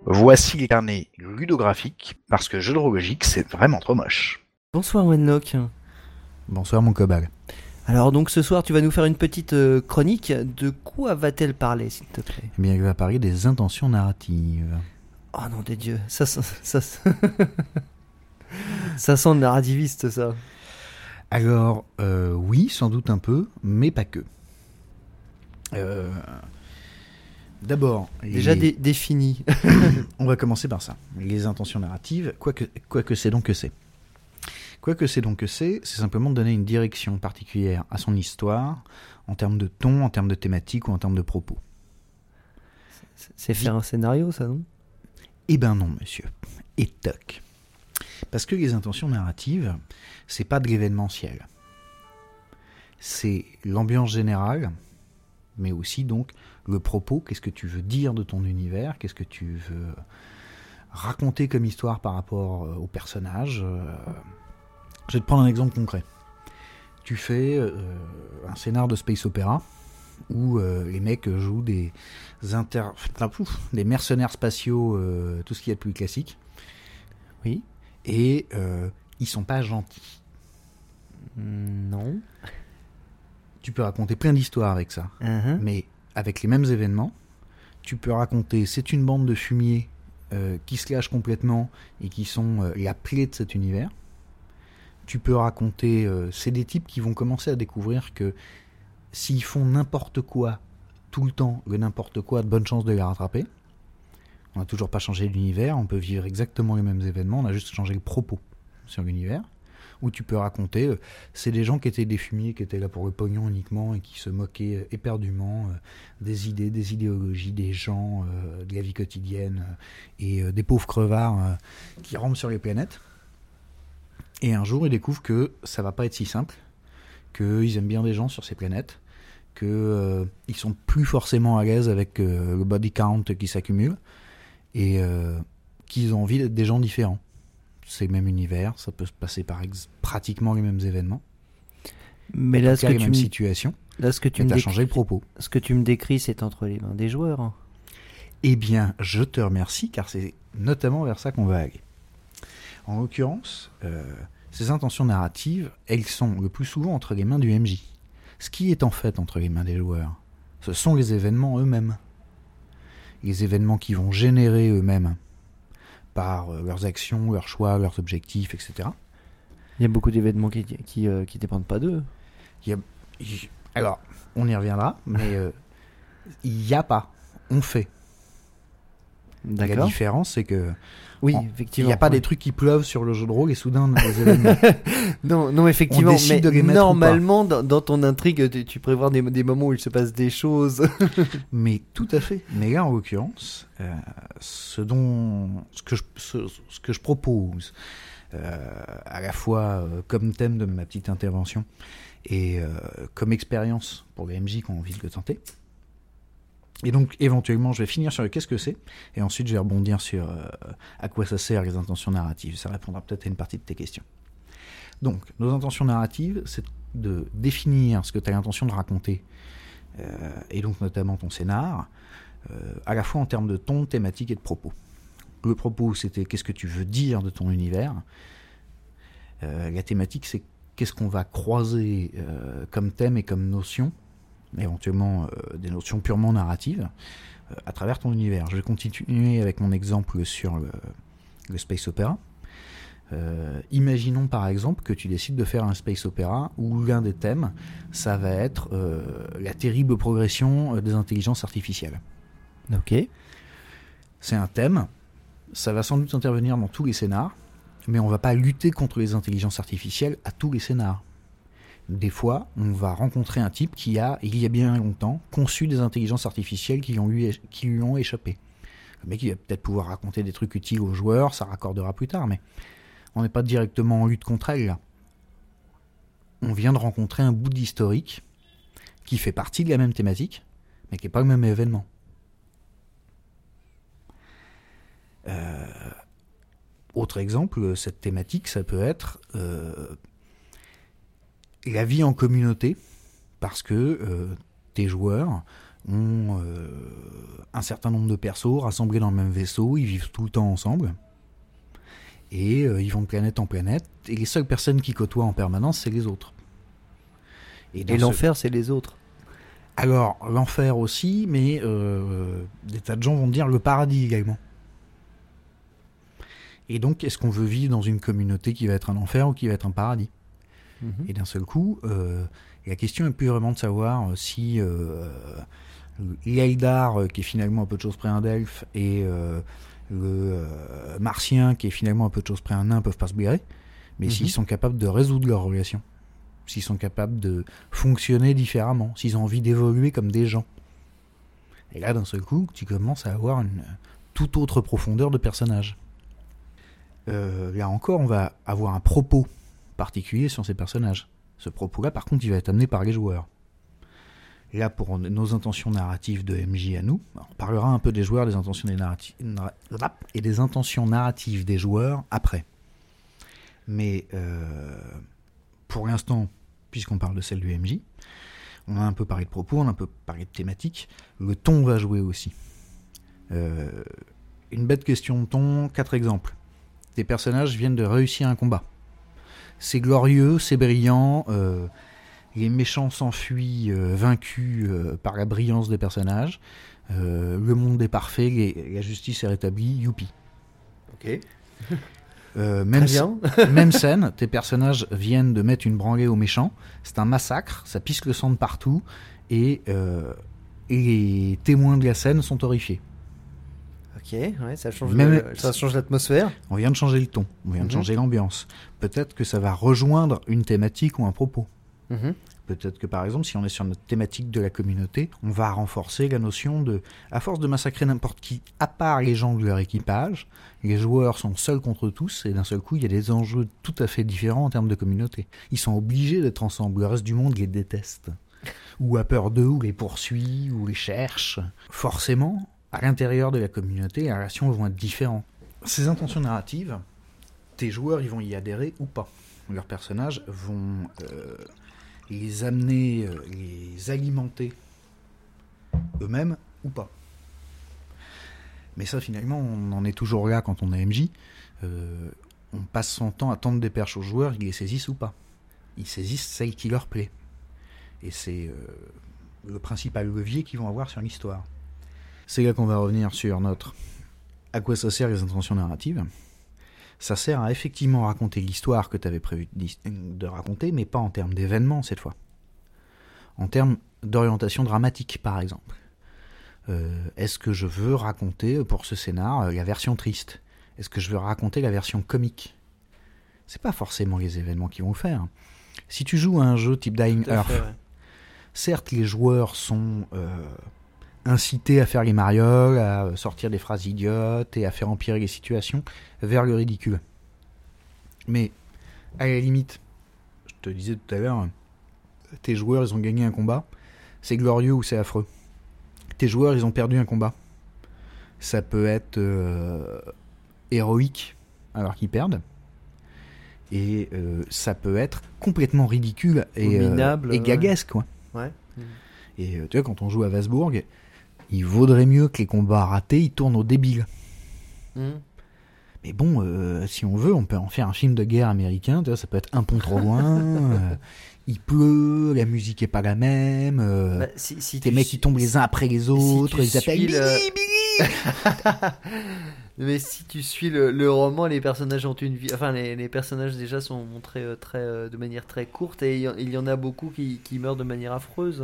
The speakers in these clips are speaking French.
Voici les carnets ludographiques, parce que jeu de rôle logique, c'est vraiment trop moche. Bonsoir Wenlock. Bonsoir mon cobal. Alors donc ce soir tu vas nous faire une petite chronique. De quoi va-t-elle parler s'il te plaît? Eh bien, il va parler des intentions narratives. Oh nom des dieux, ça ça sent le narrativiste ça. Alors, oui, sans doute un peu, mais pas que. D'abord, Déjà défini. on va commencer par ça. Les intentions narratives, quoi que c'est donc que c'est. Quoi que c'est donc que c'est simplement de donner une direction particulière à son histoire, en termes de ton, en termes de thématique ou en termes de propos. C'est faire un scénario ça, non? Eh ben non, monsieur. Et toc. Parce que les intentions narratives, c'est pas de l'événementiel. C'est l'ambiance générale, mais aussi donc le propos, qu'est-ce que tu veux dire de ton univers, qu'est-ce que tu veux raconter comme histoire par rapport au personnage. Je vais te prendre un exemple concret. Tu fais un scénar de space opéra où les mecs jouent des mercenaires spatiaux, tout ce qu'il y a de plus classique. Oui. Et ils sont pas gentils. Non. Tu peux raconter plein d'histoires avec ça. Mais avec les mêmes événements, tu peux raconter c'est une bande de fumiers qui se lâchent complètement et qui sont la plaie de cet univers. Tu peux raconter c'est des types qui vont commencer à découvrir que s'ils font n'importe quoi tout le temps, le n'importe quoi a de bonnes chances de les rattraper. On n'a toujours pas changé l'univers, on peut vivre exactement les mêmes événements, on a juste changé le propos sur l'univers. Où tu peux raconter, c'est des gens qui étaient des fumiers, qui étaient là pour le pognon uniquement et qui se moquaient éperdument des idées, des idéologies, des gens, de la vie quotidienne et des pauvres crevards qui rampent sur les planètes. Et un jour, ils découvrent que ça va pas être si simple, qu'ils aiment bien des gens sur ces planètes, qu'ils sont plus forcément à l'aise avec le body count qui s'accumule et qu'ils ont envie d'être des gens différents. C'est le même univers, ça peut se passer par pratiquement les mêmes événements. Mais là, les mêmes situations. Là, ce que tu mais me t'as décris, changé le propos. Ce que tu me décris, c'est entre les mains des joueurs. Eh bien, je te remercie, car c'est notamment vers ça qu'on va aller. En l'occurrence, ces intentions narratives, elles sont le plus souvent entre les mains du MJ. Ce qui est en fait entre les mains des joueurs, ce sont les événements eux-mêmes. Les événements qui vont générer eux-mêmes par leurs actions, leurs choix, leurs objectifs, etc. Il y a beaucoup d'événements qui dépendent pas d'eux. Alors, on y reviendra, mais il n'y a pas, on fait. D'accord. La différence, c'est que oui, effectivement, il n'y a pas des trucs qui pleuvent sur le jeu de rôle et soudain des événements. non, effectivement, on décide de les mettre normalement, dans ton intrigue, tu prévois des moments où il se passe des choses. Mais tout à fait. Mais là, en l'occurrence, ce que je propose, à la fois comme thème de ma petite intervention et comme expérience pour les MJ qui ont envie de le tenter. Et donc, éventuellement, je vais finir sur qu'est-ce que c'est, et ensuite, je vais rebondir sur à quoi ça sert les intentions narratives. Ça répondra peut-être à une partie de tes questions. Donc, nos intentions narratives, c'est de définir ce que tu as l'intention de raconter, et donc notamment ton scénar, à la fois en termes de ton, thématique et de propos. Le propos, c'était qu'est-ce que tu veux dire de ton univers. La thématique, c'est qu'est-ce qu'on va croiser comme thème et comme notion, éventuellement des notions purement narratives, à travers ton univers. Je vais continuer avec mon exemple sur le space opéra. Imaginons par exemple que tu décides de faire un space opéra où l'un des thèmes, ça va être la terrible progression des intelligences artificielles. Ok. C'est un thème, ça va sans doute intervenir dans tous les scénars, mais on va pas lutter contre les intelligences artificielles à tous les scénars. Des fois, on va rencontrer un type qui a, il y a bien longtemps, conçu des intelligences artificielles qui lui ont échappé. Le mec, il va peut-être pouvoir raconter des trucs utiles aux joueurs, ça raccordera plus tard, mais on n'est pas directement en lutte contre elle, là. On vient de rencontrer un bout d'historique qui fait partie de la même thématique, mais qui n'est pas le même événement. Autre exemple, cette thématique, ça peut être la vie en communauté, parce que tes joueurs ont un certain nombre de persos rassemblés dans le même vaisseau, ils vivent tout le temps ensemble, et ils vont de planète en planète, et les seules personnes qui côtoient en permanence, c'est les autres. Et l'enfer, c'est les autres. Alors, l'enfer aussi, mais des tas de gens vont dire le paradis également. Et donc, est-ce qu'on veut vivre dans une communauté qui va être un enfer ou qui va être un paradis ? Et d'un seul coup, la question n'est plus vraiment de savoir si l'Eldar, qui est finalement un peu de choses près un elfe, et le Martien, qui est finalement un peu de choses près un nain, peuvent pas se blairer, mais s'ils sont capables de résoudre leurs relations, s'ils sont capables de fonctionner différemment, s'ils ont envie d'évoluer comme des gens. Et là, d'un seul coup, tu commences à avoir une toute autre profondeur de personnage. Là encore, on va avoir un propos particulier sur ces personnages. Ce propos-là, par contre, il va être amené par les joueurs. Et là, pour nos intentions narratives de MJ à nous, on parlera un peu des joueurs, des intentions et des intentions narratives des joueurs après. Mais pour l'instant, puisqu'on parle de celle du MJ, on a un peu parlé de propos, on a un peu parlé de thématique, le ton va jouer aussi. Une bête question de ton, 4 exemples. Des personnages viennent de réussir un combat. C'est glorieux, c'est brillant, les méchants s'enfuient vaincus par la brillance des personnages, le monde est parfait, la justice est rétablie, youpi. Ok. Même scène, tes personnages viennent de mettre une branlée aux méchants, c'est un massacre, ça pisse le sang de partout, et les témoins de la scène sont horrifiés. Ok, ouais, ça change l'atmosphère. On vient de changer le ton, on vient de changer l'ambiance. Peut-être que ça va rejoindre une thématique ou un propos. Peut-être que par exemple, si on est sur notre thématique de la communauté, on va renforcer la notion de, à force de massacrer n'importe qui, à part les gens de leur équipage, les joueurs sont seuls contre tous, et d'un seul coup, il y a des enjeux tout à fait différents en termes de communauté. Ils sont obligés d'être ensemble, le reste du monde les déteste. Ou a peur d'eux, ou les poursuit, ou les cherche. Forcément, à l'intérieur de la communauté, les relations vont être différentes. Ces intentions narratives, tes joueurs, ils vont y adhérer ou pas. Leurs personnages vont les amener, les alimenter eux-mêmes ou pas. Mais ça, finalement, on en est toujours là quand on est MJ. On passe son temps à tendre des perches aux joueurs, ils les saisissent ou pas. Ils saisissent celle qui leur plaît. Et c'est le principal levier qu'ils vont avoir sur l'histoire. C'est là qu'on va revenir sur notre à quoi ça sert les intentions narratives. Ça sert à effectivement raconter l'histoire que tu avais prévu de raconter, mais pas en termes d'événements cette fois. En termes d'orientation dramatique, par exemple. Est-ce que je veux raconter pour ce scénar la version triste ? Est-ce que je veux raconter la version comique ? C'est pas forcément les événements qui vont le faire. Si tu joues à un jeu type Dying Earth, certes les joueurs sont incités à faire les marioles, à sortir des phrases idiotes et à faire empirer les situations vers le ridicule. Mais, à la limite, je te disais tout à l'heure, tes joueurs, ils ont gagné un combat, c'est glorieux ou c'est affreux. Tes joueurs, ils ont perdu un combat. Ça peut être héroïque alors qu'ils perdent, et ça peut être complètement ridicule et gaguesque, quoi. Ouais. Et tu vois, quand on joue à Vasbourg, il vaudrait mieux que les combats ratés, ils tournent au débile. Mais bon, si on veut, on peut en faire un film de guerre américain, tu vois, ça peut être un pont trop loin, il pleut, la musique est pas la même, si les mecs qui tombent les uns après les autres, ils appellent Billy. Mais si tu suis le roman, les personnages ont une vie. Enfin, les personnages déjà sont montrés de manière très courte, et il y en a beaucoup qui meurent de manière affreuse.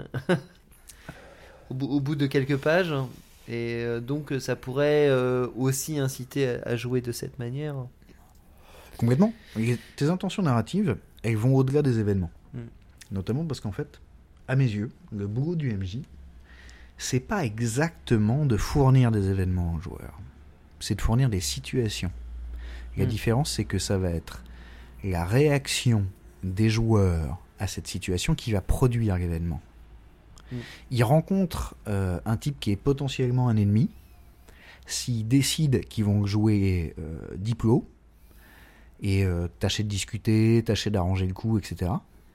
Au bout de quelques pages. Et donc, ça pourrait aussi inciter à jouer de cette manière. Complètement. Tes intentions narratives, elles vont au-delà des événements. Notamment parce qu'en fait, à mes yeux, le boulot du MJ, c'est pas exactement de fournir des événements aux joueurs. C'est de fournir des situations. La différence, c'est que ça va être la réaction des joueurs à cette situation qui va produire l'événement. Ils rencontrent un type qui est potentiellement un ennemi. S'ils décident qu'ils vont jouer diplo et tâcher de discuter, tâcher d'arranger le coup, etc.,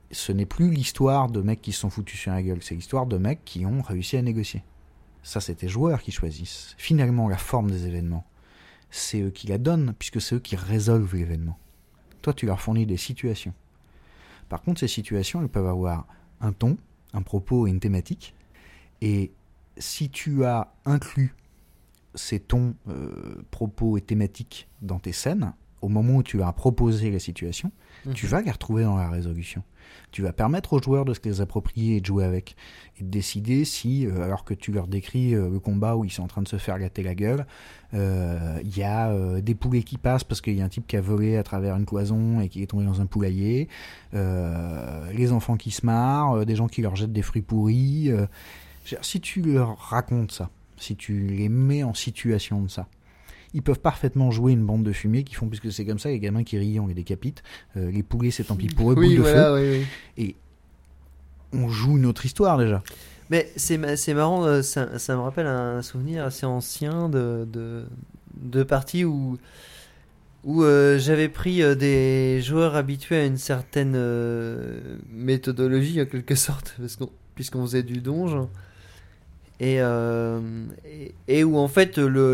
ce n'est plus l'histoire de mecs qui se sont foutus sur la gueule, c'est l'histoire de mecs qui ont réussi à négocier. Ça, c'est tes joueurs qui choisissent. Finalement, la forme des événements, c'est eux qui la donnent, puisque c'est eux qui résolvent l'événement. Toi, tu leur fournis des situations. Par contre, ces situations, elles peuvent avoir un ton, un propos et une thématique. Et si tu as inclus ces tons, propos et thématiques dans tes scènes, au moment où tu vas proposer la situation, tu vas les retrouver dans la résolution. Tu vas permettre aux joueurs de se les approprier et de jouer avec. Et de décider si, alors que tu leur décris le combat où ils sont en train de se faire gâter la gueule, il y a des poulets qui passent parce qu'il y a un type qui a volé à travers une cloison et qui est tombé dans un poulailler, les enfants qui se marrent, des gens qui leur jettent des fruits pourris. Si tu leur racontes ça, si tu les mets en situation de ça, ils peuvent parfaitement jouer une bande de fumier qui font, puisque c'est comme ça, les gamins qui rient, on les décapite, les poulets c'est tant pis pour eux, boule de feu. Oui. Et on joue une autre histoire déjà. Mais c'est marrant, ça me rappelle un souvenir assez ancien de parties où j'avais pris des joueurs habitués à une certaine méthodologie en quelque sorte, puisqu'on faisait du donjon. Et où en fait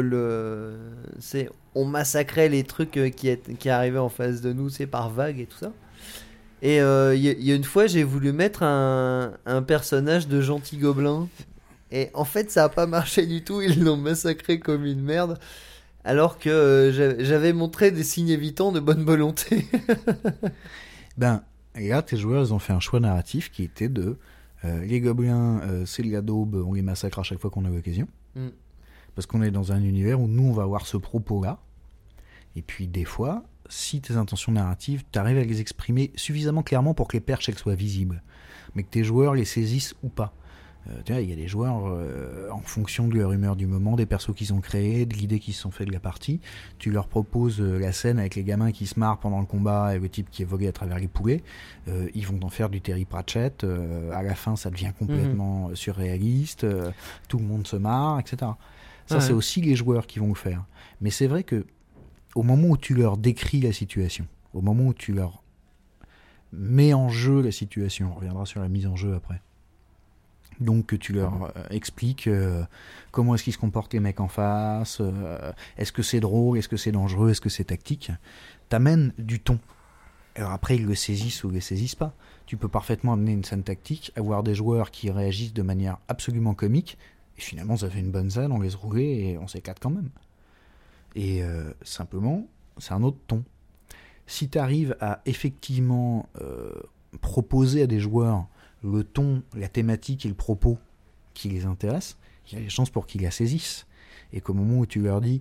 on massacrait les trucs qui arrivaient en face de nous, c'est par vagues et tout ça. Et il y a une fois j'ai voulu mettre un personnage de gentil gobelin et en fait ça a pas marché du tout, ils l'ont massacré comme une merde alors que j'avais montré des signes évitants de bonne volonté. Et là tes joueurs ils ont fait un choix narratif qui était de les gobelins, c'est de la daube, on les massacre à chaque fois qu'on a l'occasion. Parce qu'on est dans un univers où nous, on va avoir ce propos-là. Et puis, des fois, si tes intentions narratives, tu arrives à les exprimer suffisamment clairement pour que les perches, elles soient visibles. Mais que tes joueurs les saisissent ou pas. Tu vois, il y a des joueurs, en fonction de leur humeur du moment, des persos qu'ils ont créés, de l'idée qu'ils se sont fait de la partie, tu leur proposes la scène avec les gamins qui se marrent pendant le combat et le type qui est volé à travers les poulets, ils vont en faire du Terry Pratchett, à la fin ça devient complètement surréaliste, tout le monde se marre, etc. Ça c'est aussi les joueurs qui vont le faire. Mais c'est vrai que au moment où tu leur décris la situation, au moment où tu leur mets en jeu la situation, on reviendra sur la mise en jeu après, donc que tu leur expliques comment est-ce qu'ils se comportent les mecs en face, est-ce que c'est drôle, est-ce que c'est dangereux, est-ce que c'est tactique, t'amènes du ton. Alors après ils le saisissent ou le saisissent pas. Tu peux parfaitement amener une scène tactique, avoir des joueurs qui réagissent de manière absolument comique, et finalement ça fait une bonne scène, on laisse rouler et on s'éclate quand même. Et simplement, c'est un autre ton. Si tu arrives à effectivement proposer à des joueurs le ton, la thématique et le propos qui les intéressent, il y a des chances pour qu'ils la saisissent. Et qu'au moment où tu leur dis,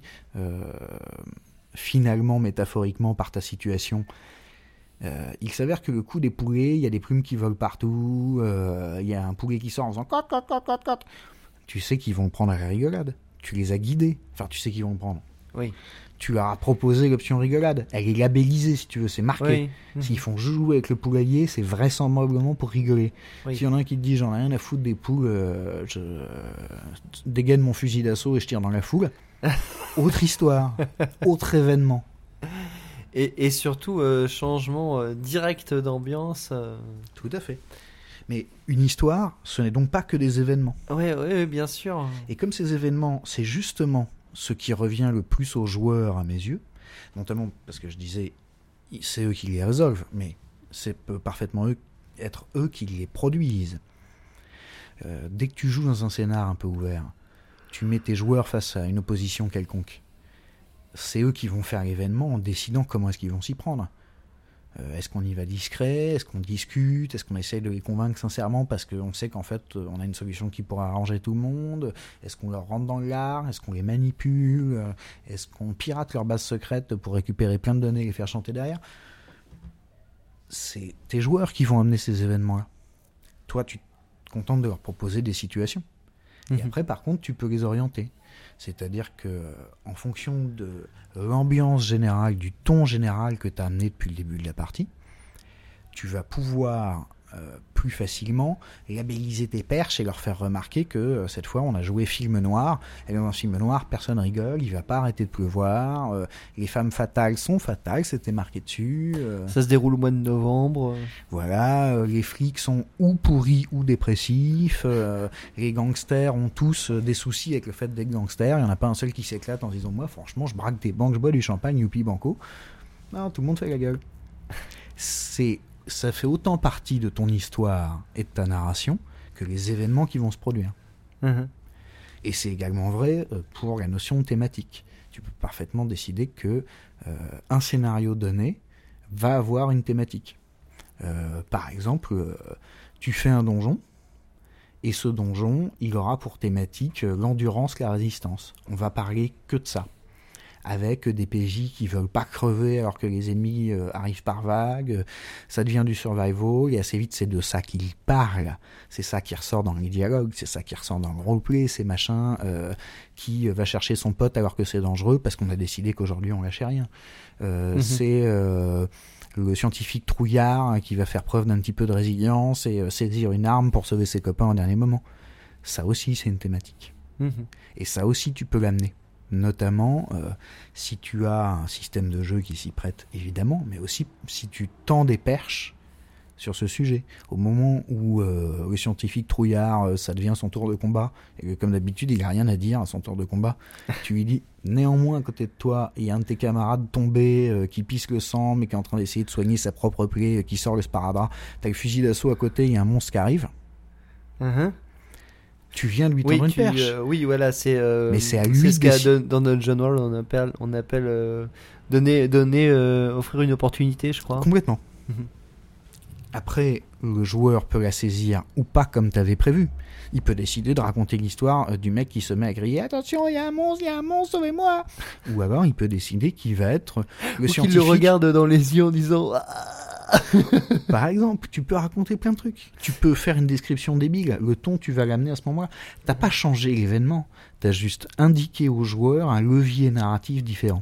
finalement, métaphoriquement, par ta situation, il s'avère que le coup des poulets, il y a des plumes qui volent partout, il y a un poulet qui sort en faisant cote, cote, cote, cote, cote. Tu sais qu'ils vont prendre à la rigolade. Tu les as guidés. Enfin, tu sais qu'ils vont le prendre. Oui. Tu leur as proposé l'option rigolade. Elle est labellisée, si tu veux, c'est marqué. Oui. S'ils font jouer avec le poulailler, c'est vraisemblablement pour rigoler. Oui. S'il y en a un qui te dit j'en ai rien à foutre des poules, je dégaine mon fusil d'assaut et je tire dans la foule. Autre histoire, autre événement. Et surtout, changement direct d'ambiance. Tout à fait. Mais une histoire, ce n'est donc pas que des événements. Oui, bien sûr. Et comme ces événements, c'est justement ce qui revient le plus aux joueurs à mes yeux, notamment parce que je disais, c'est eux qui les résolvent, mais c'est peut parfaitement être eux qui les produisent. Dès que tu joues dans un scénar un peu ouvert, tu mets tes joueurs face à une opposition quelconque. C'est eux qui vont faire l'événement en décidant comment est-ce qu'ils vont s'y prendre. Est-ce qu'on y va discret? Est-ce qu'on discute? Est-ce qu'on essaye de les convaincre sincèrement parce qu'on sait qu'en fait on a une solution qui pourra arranger tout le monde? Est-ce qu'on leur rentre dans le lard? Est-ce qu'on les manipule? Est-ce qu'on pirate leur base secrète pour récupérer plein de données et les faire chanter derrière? C'est tes joueurs qui vont amener ces événements-là. Toi, tu te contentes de leur proposer des situations. Et après, par contre, tu peux les orienter. C'est-à-dire que, en fonction de l'ambiance générale, du ton général que tu as amené depuis le début de la partie, tu vas pouvoir plus facilement labelliser tes perches et leur faire remarquer que cette fois on a joué film noir, et dans un film noir personne rigole, il va pas arrêter de pleuvoir, les femmes fatales sont fatales, c'était marqué dessus. Ça se déroule au mois de novembre. Voilà, les flics sont ou pourris ou dépressifs, les gangsters ont tous des soucis avec le fait d'être gangsters, il n'y en a pas un seul qui s'éclate en disant moi franchement je braque des banques, je bois du champagne, youpi banco. Non, tout le monde fait la gueule. Ça fait autant partie de ton histoire et de ta narration que les événements qui vont se produire. Et c'est également vrai pour la notion de thématique. Tu peux parfaitement décider que un scénario donné va avoir une thématique. Par exemple, tu fais un donjon, et ce donjon, il aura pour thématique l'endurance, la résistance. On va parler que de ça. Avec des PJ qui veulent pas crever alors que les ennemis arrivent par vagues. Ça devient du survival, et assez vite c'est de ça qu'ils parlent. C'est ça qui ressort dans les dialogues, c'est ça qui ressort dans le roleplay, ces machins qui va chercher son pote alors que c'est dangereux parce qu'on a décidé qu'aujourd'hui on lâchait rien. C'est le scientifique trouillard qui va faire preuve d'un petit peu de résilience et saisir une arme pour sauver ses copains au dernier moment. Ça aussi c'est une thématique. Et ça aussi tu peux l'amener. Notamment si tu as un système de jeu qui s'y prête évidemment, mais aussi si tu tends des perches sur ce sujet. Au moment où le scientifique trouillard, ça devient son tour de combat, et que comme d'habitude il n'a rien à dire à son tour de combat, tu lui dis néanmoins à côté de toi il y a un de tes camarades tombé qui pisse le sang mais qui est en train d'essayer de soigner sa propre plaie, qui sort le sparadrap, t'as le fusil d'assaut à côté, il y a un monstre qui arrive. Tu viens de lui tendre une perche. Oui, voilà, c'est. Mais c'est à lui c'est ce qu'à dans Dungeon World on appelle offrir une opportunité, je crois. Complètement. Après, le joueur peut la saisir ou pas comme tu avais prévu. Il peut décider de raconter l'histoire du mec qui se met à crier « Attention, il y a un monstre, sauvez-moi !» Ou alors, il peut décider qu'il va être le scientifique. Qu'il le regarde dans les yeux en disant Par exemple, tu peux raconter plein de trucs. Tu peux faire une description débile. Le ton, tu vas l'amener à ce moment-là. T'as pas changé l'événement. T'as juste indiqué au joueur un levier narratif différent.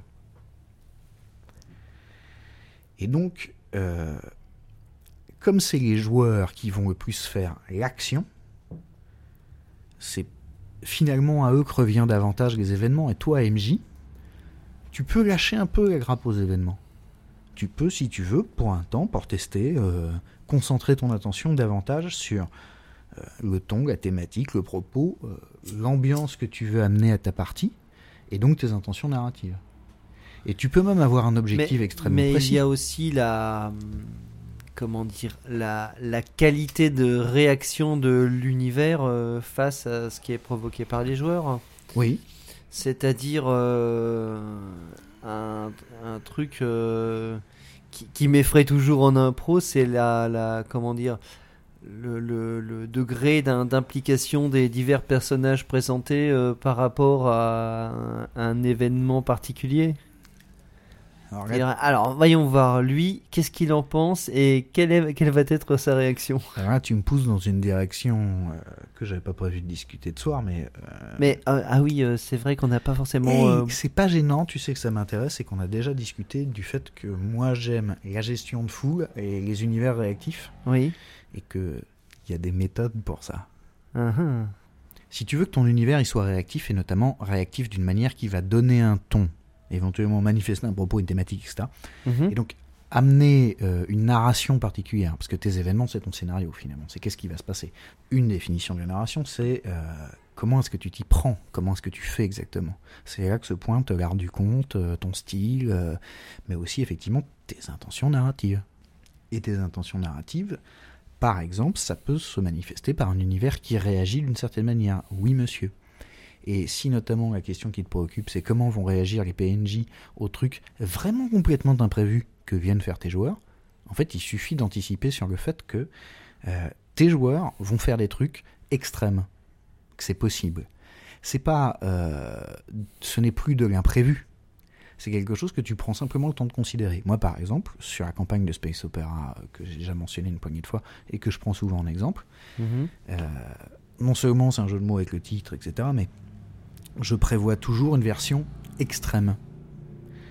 Et donc, comme c'est les joueurs qui vont le plus faire l'action, c'est finalement à eux que revient davantage les événements. Et toi, MJ, tu peux lâcher un peu la grappe aux événements. Tu peux, si tu veux, pour un temps, pour tester, concentrer ton attention davantage sur le ton, la thématique, le propos, l'ambiance que tu veux amener à ta partie, et donc tes intentions narratives. Et tu peux même avoir un objectif extrêmement précis. Mais il y a aussi la qualité de réaction de l'univers face à ce qui est provoqué par les joueurs. Oui. C'est-à-dire un truc qui m'effraie toujours en impro, c'est le degré d'implication des divers personnages présentés par rapport à un événement particulier. Alors, voyons voir, lui, qu'est-ce qu'il en pense et quelle va être sa réaction. Alors là, tu me pousses dans une direction que j'avais pas prévu de discuter de soir, mais... oui, c'est vrai qu'on n'a pas forcément... C'est pas gênant, tu sais que ça m'intéresse, et qu'on a déjà discuté du fait que moi j'aime la gestion de foule et les univers réactifs. Oui. Et qu'il y a des méthodes pour ça. Si tu veux que ton univers il soit réactif, et notamment réactif d'une manière qui va donner un ton, éventuellement manifester un propos, une thématique, etc. Et donc amener une narration particulière, parce que tes événements c'est ton scénario finalement, c'est qu'est-ce qui va se passer. Une définition de la narration, c'est comment est-ce que tu t'y prends, comment est-ce que tu fais exactement. C'est là que se pointe l'art du conte, ton style, mais aussi effectivement tes intentions narratives. Et tes intentions narratives, par exemple, ça peut se manifester par un univers qui réagit d'une certaine manière. Oui monsieur. Et si notamment la question qui te préoccupe, c'est comment vont réagir les PNJ aux trucs vraiment complètement imprévus que viennent faire tes joueurs, en fait, il suffit d'anticiper sur le fait que tes joueurs vont faire des trucs extrêmes, que c'est possible. C'est pas, ce n'est plus de l'imprévu. C'est quelque chose que tu prends simplement le temps de considérer. Moi, par exemple, sur la campagne de Space Opera que j'ai déjà mentionné une poignée de fois et que je prends souvent en exemple, non seulement c'est un jeu de mots avec le titre, etc., mais je prévois toujours une version extrême.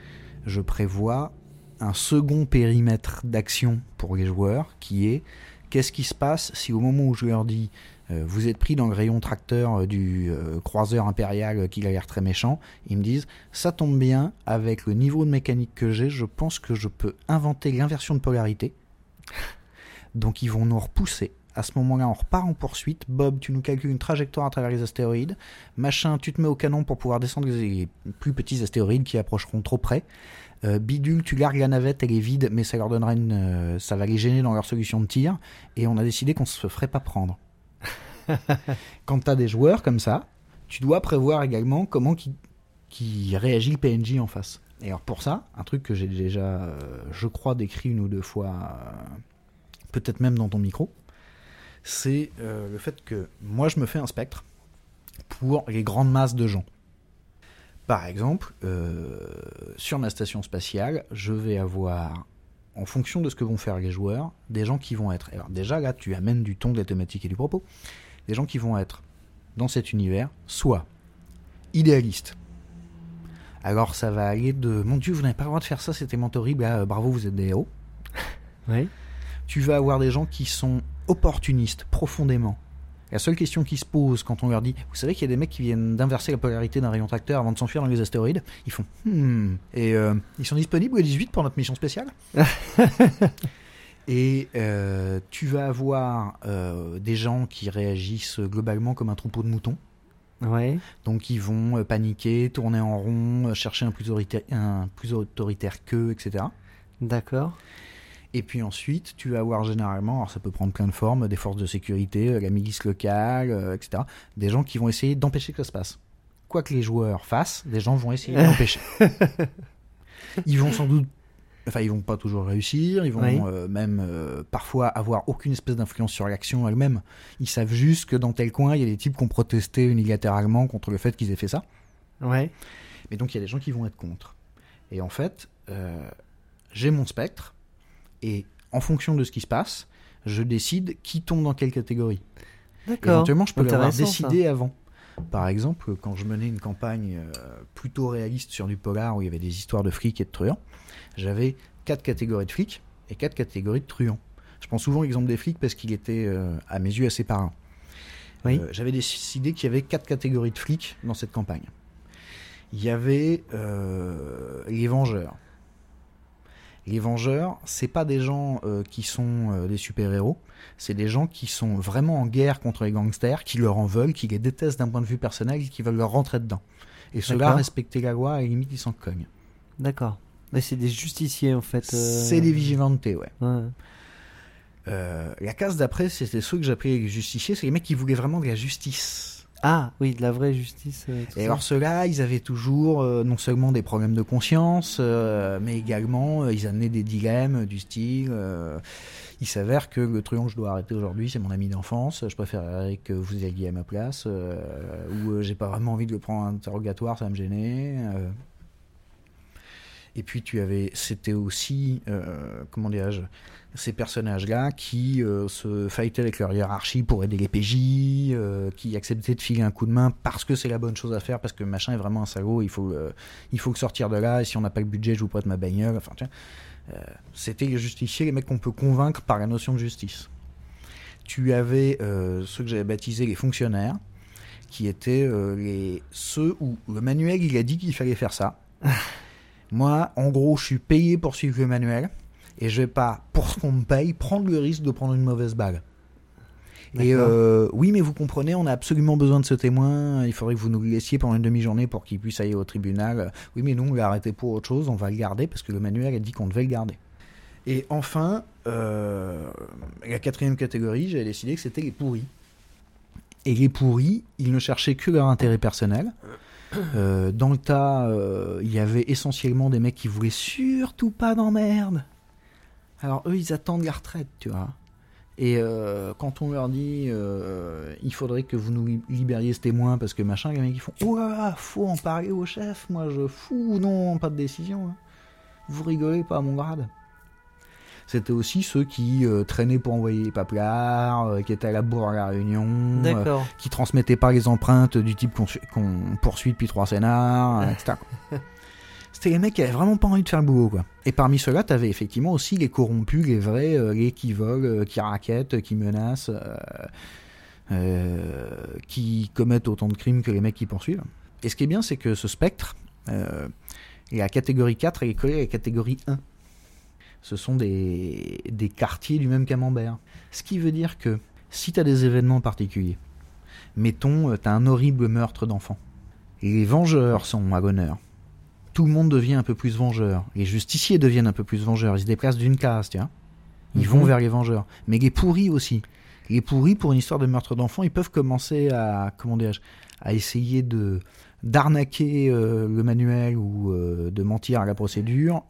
Je prévois un second périmètre d'action pour les joueurs qui est qu'est-ce qui se passe si au moment où je leur dis vous êtes pris dans le rayon tracteur du croiseur impérial qui a l'air très méchant, ils me disent ça tombe bien, avec le niveau de mécanique que j'ai, je pense que je peux inventer l'inversion de polarité. Donc ils vont nous repousser. À ce moment-là, on repart en poursuite. Bob, tu nous calcules une trajectoire à travers les astéroïdes. Machin, tu te mets au canon pour pouvoir descendre les plus petits astéroïdes qui approcheront trop près. Bidule, tu largues la navette, elle est vide, mais ça leur donnera ça va les gêner dans leur solution de tir. Et on a décidé qu'on se ferait pas prendre. Quand tu as des joueurs comme ça, tu dois prévoir également comment qui réagit le PNJ en face. Et alors pour ça, un truc que j'ai déjà, je crois, décrit une ou deux fois, peut-être même dans ton micro, c'est le fait que moi je me fais un spectre pour les grandes masses de gens. Par exemple, sur ma station spatiale, je vais avoir, en fonction de ce que vont faire les joueurs, des gens qui vont être... Alors déjà là, tu amènes du ton, de la thématique et du propos. Des gens qui vont être, dans cet univers, soit idéalistes. Alors ça va aller de « Mon Dieu, vous n'avez pas le droit de faire ça, c'était tellement horrible, à bravo, vous êtes des héros. » Oui. Tu vas avoir des gens qui sont opportunistes, profondément. La seule question qui se pose quand on leur dit « Vous savez qu'il y a des mecs qui viennent d'inverser la polarité d'un rayon tracteur avant de s'enfuir dans les astéroïdes ?» Ils font « Et ils sont disponibles le 18 pour notre mission spéciale ?» Et tu vas avoir des gens qui réagissent globalement comme un troupeau de moutons. Ouais. Donc ils vont paniquer, tourner en rond, chercher un plus autoritaire qu'eux, etc. D'accord. Et puis ensuite, tu vas avoir généralement, alors ça peut prendre plein de formes, des forces de sécurité, la milice locale, etc. Des gens qui vont essayer d'empêcher que ça se passe. Quoi que les joueurs fassent, des gens vont essayer d'empêcher. Ils vont sans doute... Enfin, ils vont pas toujours réussir, ils vont même parfois avoir aucune espèce d'influence sur l'action elle-même. Ils savent juste que dans tel coin, il y a des types qui ont protesté unilatéralement contre le fait qu'ils aient fait ça. Ouais. Mais donc, il y a des gens qui vont être contre. Et en fait, j'ai mon spectre, et en fonction de ce qui se passe, je décide qui tombe dans quelle catégorie. D'accord. Éventuellement, je peux l'avoir décidé avant. Par exemple, quand je menais une campagne plutôt réaliste sur du polar, où il y avait des histoires de flics et de truands, j'avais 4 catégories de flics et 4 catégories de truands. Je prends souvent l'exemple des flics parce qu'il était, à mes yeux, assez parlant. Oui. J'avais décidé qu'il y avait 4 catégories de flics dans cette campagne. Il y avait les Vengeurs. Les Vengeurs, c'est pas des gens qui sont des super-héros, c'est des gens qui sont vraiment en guerre contre les gangsters, qui leur en veulent, qui les détestent d'un point de vue personnel et qui veulent leur rentrer dedans. Et ceux-là, respecter la loi, à la limite, ils s'en cognent. D'accord. Mais c'est des justiciers, en fait. C'est des vigilantes, ouais. La case d'après, c'était ceux que j'appelais les justiciers, c'est les mecs qui voulaient vraiment de la justice. Ah, oui, de la vraie justice. Et alors ceux-là, ils avaient toujours non seulement des problèmes de conscience, mais également, ils amenaient des dilemmes du style... il s'avère que le truand que je dois arrêter aujourd'hui, c'est mon ami d'enfance, je préférerais que vous alliez à ma place, ou j'ai pas vraiment envie de le prendre en interrogatoire, ça va me gêner... Et puis c'était aussi, comment dirais-je, ces personnages-là qui se fightaient avec leur hiérarchie pour aider les PJ, qui acceptaient de filer un coup de main parce que c'est la bonne chose à faire, parce que machin est vraiment un salaud, il faut le sortir de là, et si on n'a pas le budget, je vous prête ma bagnole, enfin tiens. C'était les justiciers, les mecs qu'on peut convaincre par la notion de justice. Tu avais ceux que j'avais baptisés les fonctionnaires, qui étaient ceux où le manuel il a dit qu'il fallait faire ça. Moi, en gros, je suis payé pour suivre le manuel et je vais pas, pour ce qu'on me paye, prendre le risque de prendre une mauvaise balle. Et oui, mais vous comprenez, on a absolument besoin de ce témoin, il faudrait que vous nous le laissiez pendant une demi-journée pour qu'il puisse aller au tribunal. Oui, mais nous, on l'a arrêté pour autre chose, on va le garder parce que le manuel a dit qu'on devait le garder. Et enfin, la quatrième catégorie, j'avais décidé que c'était les pourris. Et les pourris, ils ne cherchaient que leur intérêt personnel. Dans le tas, il y avait essentiellement des mecs qui voulaient surtout pas d'emmerde. Alors eux, ils attendent la retraite, tu vois. Et quand on leur dit il faudrait que vous nous libériez ce témoin parce que machin, les mecs ils font oh là là, faut en parler au chef, moi je fous, non, pas de décision. Hein. Vous rigolez pas à mon grade. C'était aussi ceux qui traînaient pour envoyer les paplards, qui étaient à la bourre à la réunion, qui transmettaient pas les empreintes du type qu'on poursuit depuis 3 scénars, etc. C'était les mecs qui avaient vraiment pas envie de faire le boulot, quoi. Et parmi ceux-là, t'avais effectivement aussi les corrompus, les vrais, les qui volent, qui raquettent, qui menacent, qui commettent autant de crimes que les mecs qui poursuivent. Et ce qui est bien, c'est que ce spectre, la catégorie 4, elle est collée à la catégorie 1. Ce sont des quartiers du même camembert. Ce qui veut dire que si t'as des événements particuliers, mettons, t'as un horrible meurtre d'enfant, les vengeurs sont à l'honneur. Tout le monde devient un peu plus vengeur. Les justiciers deviennent un peu plus vengeurs. Ils se déplacent d'une case, tiens. Ils vont vers les vengeurs. Mais les pourris aussi. Les pourris, pour une histoire de meurtre d'enfant, ils peuvent commencer à, à essayer d'arnaquer le manuel ou de mentir à la procédure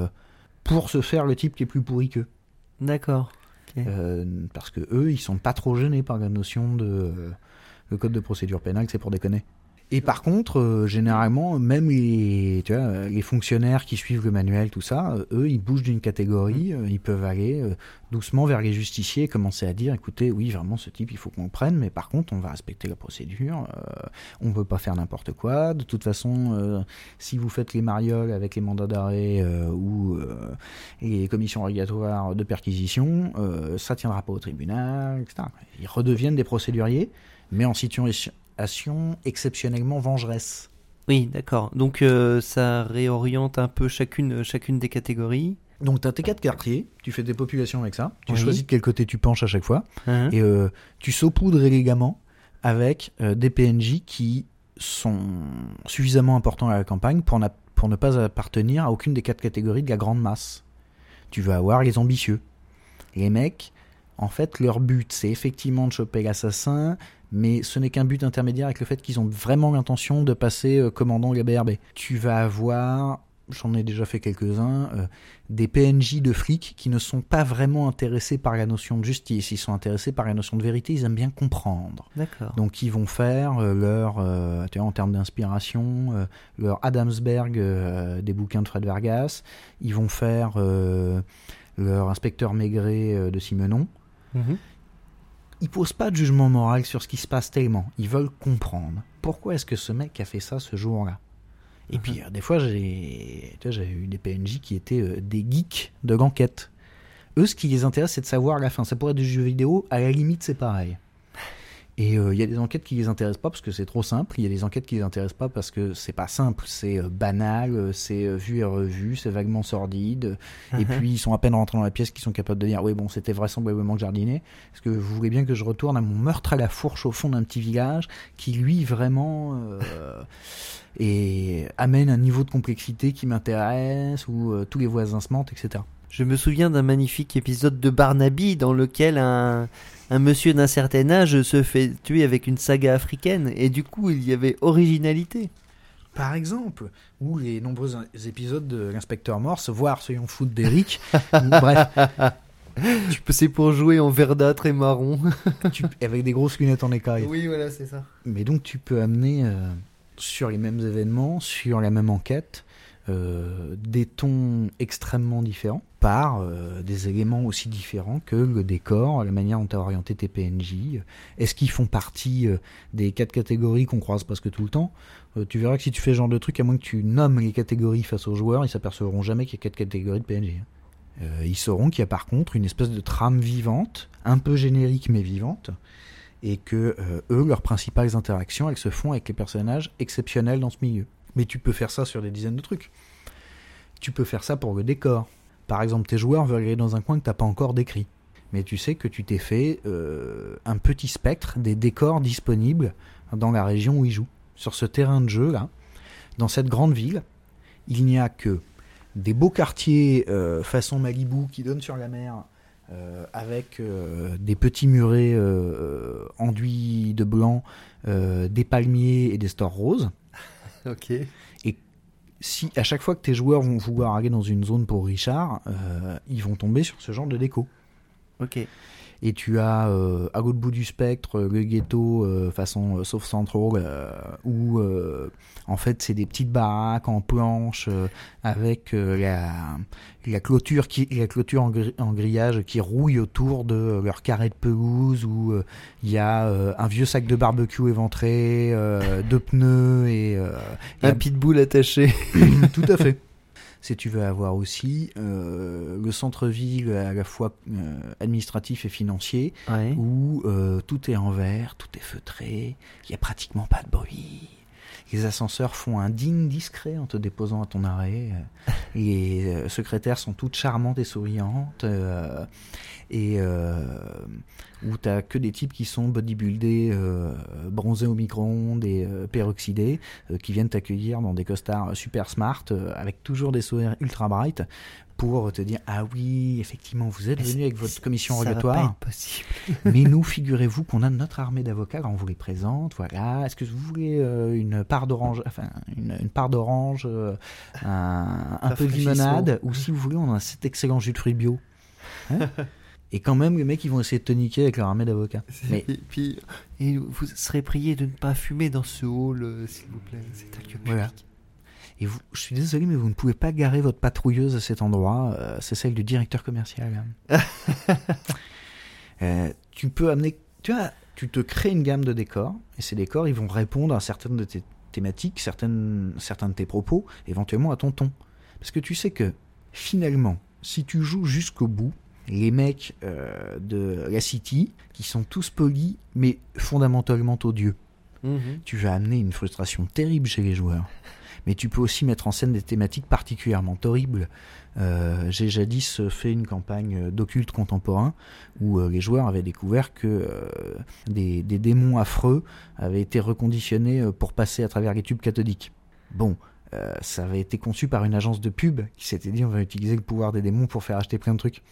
pour se faire le type qui est plus pourri qu'eux. D'accord. Okay. Parce que eux, ils sont pas trop gênés par la notion de le code de procédure pénale, c'est pour déconner. Et par contre, généralement, même les fonctionnaires qui suivent le manuel, tout ça, eux, ils bougent d'une catégorie, ils peuvent aller doucement vers les justiciers et commencer à dire, écoutez, oui, vraiment, ce type, il faut qu'on le prenne, mais par contre, on va respecter la procédure, on ne peut pas faire n'importe quoi. De toute façon, si vous faites les marioles avec les mandats d'arrêt ou les commissions régulatoires de perquisition, ça tiendra pas au tribunal, etc. Ils redeviennent des procéduriers, mais en situation exceptionnellement vengeresse. Oui, d'accord. Donc ça réoriente un peu chacune des catégories. Donc tu as tes 4 quartiers, tu fais des populations avec ça, tu choisis de quel côté tu penches à chaque fois, et tu saupoudres élégamment avec des PNJ qui sont suffisamment importants à la campagne pour ne pas appartenir à aucune des 4 catégories de la grande masse. Tu vas avoir les ambitieux. Les mecs, en fait, leur but, c'est effectivement de choper l'assassin, mais ce n'est qu'un but intermédiaire avec le fait qu'ils ont vraiment l'intention de passer commandant la BRB. Tu vas avoir, j'en ai déjà fait quelques-uns, des PNJ de flics qui ne sont pas vraiment intéressés par la notion de justice, ils sont intéressés par la notion de vérité, ils aiment bien comprendre. D'accord. Donc ils vont faire leur, en termes d'inspiration, leur Adamsberg des bouquins de Fred Vargas, ils vont faire leur inspecteur Maigret de Simenon. Ils posent pas de jugement moral sur ce qui se passe tellement. Ils veulent comprendre. Pourquoi est-ce que ce mec a fait ça ce jour-là ? Et puis, des fois, j'ai eu des PNJ qui étaient des geeks de l'enquête. Eux, ce qui les intéresse, c'est de savoir à la fin. Ça pourrait être du jeu vidéo, à la limite, c'est pareil. Et il y a des enquêtes qui les intéressent pas parce que c'est trop simple. Il y a des enquêtes qui les intéressent pas parce que c'est pas simple. C'est banal, c'est vu et revu, c'est vaguement sordide. Et puis ils sont à peine rentrés dans la pièce qu'ils sont capables de dire oui bon c'était vraisemblablement jardiné. Est-ce que vous voulez bien que je retourne à mon meurtre à la fourche au fond d'un petit village qui lui vraiment et amène un niveau de complexité qui m'intéresse où tous les voisins se mentent, etc. Je me souviens d'un magnifique épisode de Barnaby dans lequel un monsieur d'un certain âge se fait tuer avec une saga africaine et du coup il y avait originalité. Par exemple, ou les nombreux épisodes de l'Inspecteur Morse, voire Soyons fous d'Eric, bref. C'est pour jouer en verdâtre et marron. Avec des grosses lunettes en écaille. Oui, voilà, c'est ça. Mais donc tu peux amener sur les mêmes événements, sur la même enquête, des tons extrêmement différents par des éléments aussi différents que le décor, la manière dont tu as orienté tes PNJ. Est-ce qu'ils font partie des 4 catégories qu'on croise presque tout le temps ? Tu verras que si tu fais ce genre de truc, à moins que tu nommes les catégories face aux joueurs, ils s'apercevront jamais qu'il y a 4 catégories de PNJ. Ils sauront qu'il y a par contre une espèce de trame vivante, un peu générique mais vivante, et que eux, leurs principales interactions, elles se font avec les personnages exceptionnels dans ce milieu. Mais tu peux faire ça sur des dizaines de trucs. Tu peux faire ça pour le décor. Par exemple, tes joueurs veulent aller dans un coin que tu n'as pas encore décrit. Mais tu sais que tu t'es fait un petit spectre des décors disponibles dans la région où ils jouent. Sur ce terrain de jeu, là, dans cette grande ville, il n'y a que des beaux quartiers façon Malibu qui donnent sur la mer, avec des petits murets enduits de blanc, des palmiers et des stores roses. Ok. Et si à chaque fois que tes joueurs vont vouloir aller dans une zone pour Richard, ils vont tomber sur ce genre de déco. Ok. Et tu as à l'autre bout du spectre le ghetto façon South Central où en fait c'est des petites baraques en planches avec la clôture en grillage qui rouille autour de leur carré de pelouse où il y a un vieux sac de barbecue éventré, 2 pneus et un pitbull attaché. Tout à fait. c'est tu vas avoir aussi le centre-ville à la fois administratif et financier, où tout est en verre, tout est feutré, il n'y a pratiquement pas de bruit. Les ascenseurs font un digne discret en te déposant à ton arrêt. Les secrétaires sont toutes charmantes et souriantes. Où t'as que des types qui sont bodybuildés, bronzés au micro-ondes et peroxydés, qui viennent t'accueillir dans des costards super smart, avec toujours des sourires ultra bright, pour te dire ah oui, effectivement, vous êtes venu avec votre commission rogatoire. Ça va pas être possible. Mais nous, figurez-vous qu'on a notre armée d'avocats, on vous les présente. Voilà. Est-ce que vous voulez une part d'orange, une part d'orange, un peu de limonade, ou si vous voulez, on a cet excellent jus de fruits bio. Hein. Et quand même, les mecs, ils vont essayer de te niquer avec leur armée d'avocats. Mais... Et vous serez prié de ne pas fumer dans ce hall, s'il vous plaît. C'est un lieu public. Voilà. Et je suis désolé, mais vous ne pouvez pas garer votre patrouilleuse à cet endroit. C'est celle du directeur commercial. Tu peux amener... Tu te crées une gamme de décors, et ces décors, ils vont répondre à certaines de tes thématiques, certains de tes propos, éventuellement à ton ton. Parce que tu sais que, finalement, si tu joues jusqu'au bout, les mecs de la City, qui sont tous polis, mais fondamentalement odieux, tu vas amener une frustration terrible chez les joueurs. Mais tu peux aussi mettre en scène des thématiques particulièrement horribles. J'ai jadis fait une campagne d'occulte contemporain où les joueurs avaient découvert que des démons affreux avaient été reconditionnés pour passer à travers les tubes cathodiques. Bon, ça avait été conçu par une agence de pub qui s'était dit on va utiliser le pouvoir des démons pour faire acheter plein de trucs.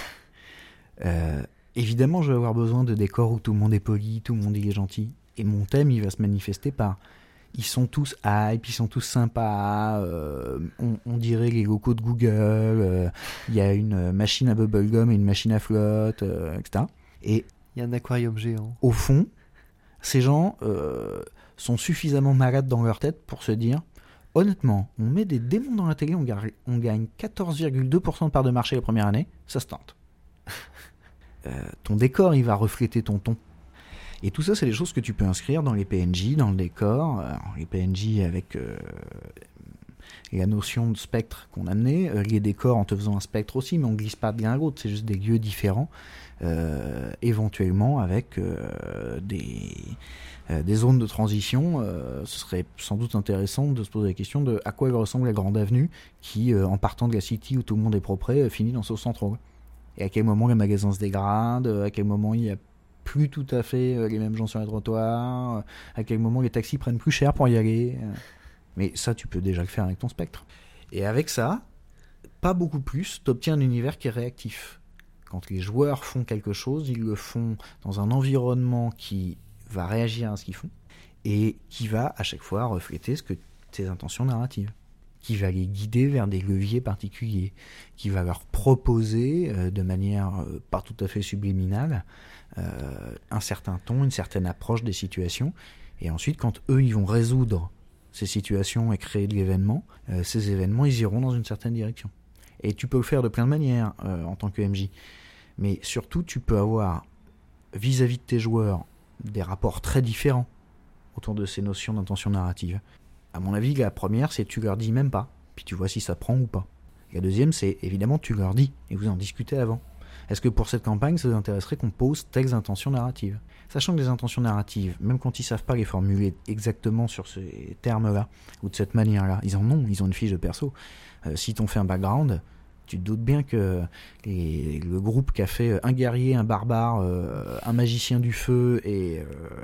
Évidemment, je vais avoir besoin de décors où tout le monde est poli, tout le monde est gentil. Et mon thème, il va se manifester par... Ils sont tous hype, ils sont tous sympas, on dirait les locaux de Google, il y a une machine à bubblegum et une machine à flotte, etc. Et il y a un aquarium géant. Au fond, ces gens sont suffisamment malades dans leur tête pour se dire honnêtement, on met des démons dans la télé, on gagne 14,2% de part de marché la première année, ça se tente. Ton décor, il va refléter ton ton. Et tout ça, c'est des choses que tu peux inscrire dans les PNJ, dans le décor. Alors, les PNJ avec la notion de spectre qu'on a amené, les décors en te faisant un spectre aussi, mais on ne glisse pas de l'un à l'autre, c'est juste des lieux différents, éventuellement avec des zones de transition. Ce serait sans doute intéressant de se poser la question de à quoi il ressemble la grande avenue qui, en partant de la City où tout le monde est propre, finit dans ce centre. Et à quel moment les magasins se dégradent, à quel moment il y a plus tout à fait les mêmes gens sur les trottoirs, à quel moment les taxis prennent plus cher pour y aller. Mais ça, tu peux déjà le faire avec ton spectre. Et avec ça, pas beaucoup plus, tu obtiens un univers qui est réactif. Quand les joueurs font quelque chose, ils le font dans un environnement qui va réagir à ce qu'ils font et qui va à chaque fois refléter ce que tes intentions narratives, qui va les guider vers des leviers particuliers, qui va leur proposer de manière pas tout à fait subliminale un certain ton, une certaine approche des situations. Et ensuite, quand eux, ils vont résoudre ces situations et créer de l'événement, ces événements, ils iront dans une certaine direction. Et tu peux le faire de plein de manières en tant que MJ. Mais surtout, tu peux avoir, vis-à-vis de tes joueurs, des rapports très différents autour de ces notions d'intention narrative. À mon avis, la première, c'est tu leur dis même pas, puis tu vois si ça prend ou pas. La deuxième, c'est évidemment tu leur dis, et vous en discutez avant. Est-ce que pour cette campagne, ça vous intéresserait qu'on pose telles intentions narratives ? Sachant que les intentions narratives, même quand ils savent pas les formuler exactement sur ces termes-là, ou de cette manière-là, ils ont une fiche de perso. Si t'ont fait un background, tu te doutes bien que le groupe qui a fait un guerrier, un barbare, un magicien du feu et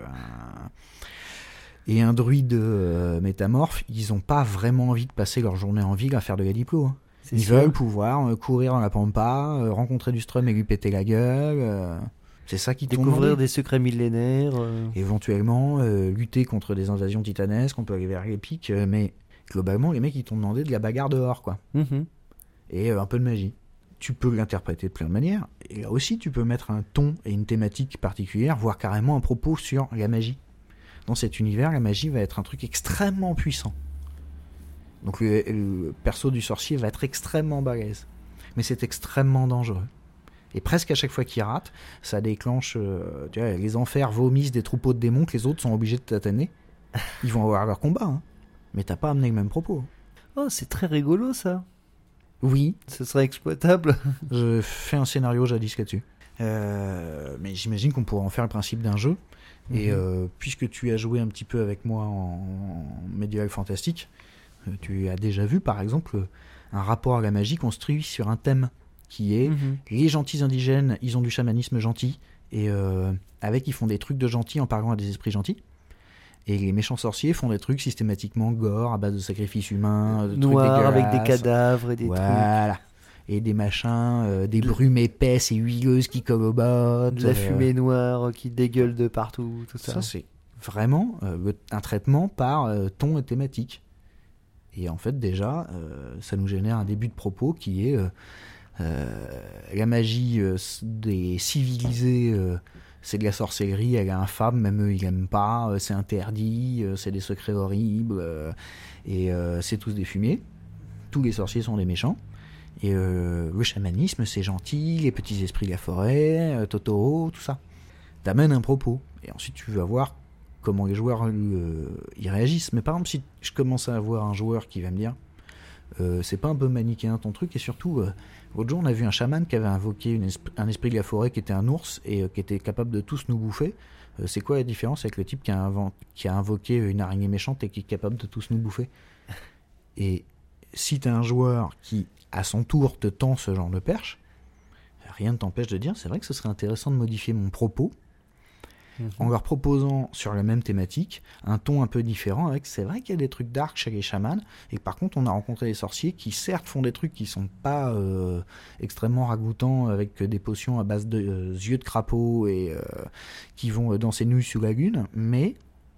un druide métamorphe, ils ont pas vraiment envie de passer leur journée en ville à faire de la diplo. Hein. Ils veulent pouvoir courir dans la pampa, rencontrer du strum et lui péter la gueule. C'est ça qui découvrir des secrets millénaires. Éventuellement, lutter contre des invasions titanesques, on peut aller vers les pics, mais globalement, les mecs, ils t'ont demandé de la bagarre dehors, quoi. Et un peu de magie. Tu peux l'interpréter de plein de manières. Et là aussi, tu peux mettre un ton et une thématique particulière, voire carrément un propos sur la magie. Dans cet univers, la magie va être un truc extrêmement puissant. Donc le perso du sorcier va être extrêmement balèze. Mais c'est extrêmement dangereux. Et presque à chaque fois qu'il rate, ça déclenche... tu vois, les enfers vomissent des troupeaux de démons que les autres sont obligés de tataner. Ils vont avoir leur combat, hein. Mais t'as pas amené le même propos. Oh, c'est très rigolo, ça. Oui, Ce serait exploitable. je fais un scénario jadis là-dessus. Mais j'imagine qu'on pourrait en faire le principe d'un jeu. Et puisque tu as joué un petit peu avec moi en médiéval fantastique, tu as déjà vu par exemple un rapport à la magie construit sur un thème qui est les gentils indigènes, ils ont du chamanisme gentil, et ils font des trucs de gentils en parlant à des esprits gentils. Et les méchants sorciers font des trucs systématiquement gore, à base de sacrifices humains, de Noir trucs avec des cadavres et des trucs. voilà. Et des machins, des brumes épaisses et huileuses qui collent au bas. De la fumée noire qui dégueule de partout, tout ça. Ça, c'est vraiment un traitement par ton et thématique. Et en fait, déjà, ça nous génère un début de propos qui est la magie des civilisés, c'est de la sorcellerie, elle est infâme, même eux, ils l'aiment pas, c'est interdit, c'est des secrets horribles, et c'est tous des fumiers. Tous les sorciers sont des méchants. Et le chamanisme, c'est gentil, les petits esprits de la forêt, Totoro, tout ça. T'amènes un propos. Et ensuite, tu vas voir comment les joueurs y réagissent. Mais par exemple, si je commence à avoir un joueur qui va me dire c'est pas un peu manichéen ton truc, et surtout, l'autre jour, on a vu un chaman qui avait invoqué un esprit de la forêt qui était un ours et qui était capable de tous nous bouffer. C'est quoi la différence avec le type qui a invoqué une araignée méchante et qui est capable de tous nous bouffer? Et si t'as un joueur qui à son tour te tend ce genre de perche, rien ne t'empêche de dire c'est vrai que ce serait intéressant de modifier mon propos en leur proposant sur la même thématique un ton un peu différent, avec c'est vrai qu'il y a des trucs dark chez les chamans, et par contre on a rencontré des sorciers qui certes font des trucs qui sont pas extrêmement ragoûtants, avec des potions à base de yeux de crapaud et qui vont danser nus sous la lune, mais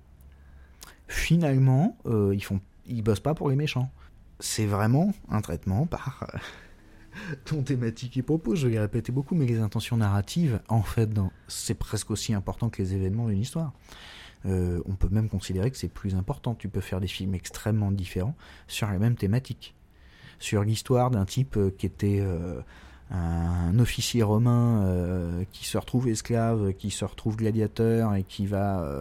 finalement ils bossent pas pour les méchants. C'est vraiment un traitement par ton thématique et propos. Je l'ai répété beaucoup, mais les intentions narratives, en fait, c'est presque aussi important que les événements d'une histoire. On peut même considérer que c'est plus important. Tu peux faire des films extrêmement différents sur la même thématique. Sur l'histoire d'un type qui était un officier romain qui se retrouve esclave, qui se retrouve gladiateur et qui va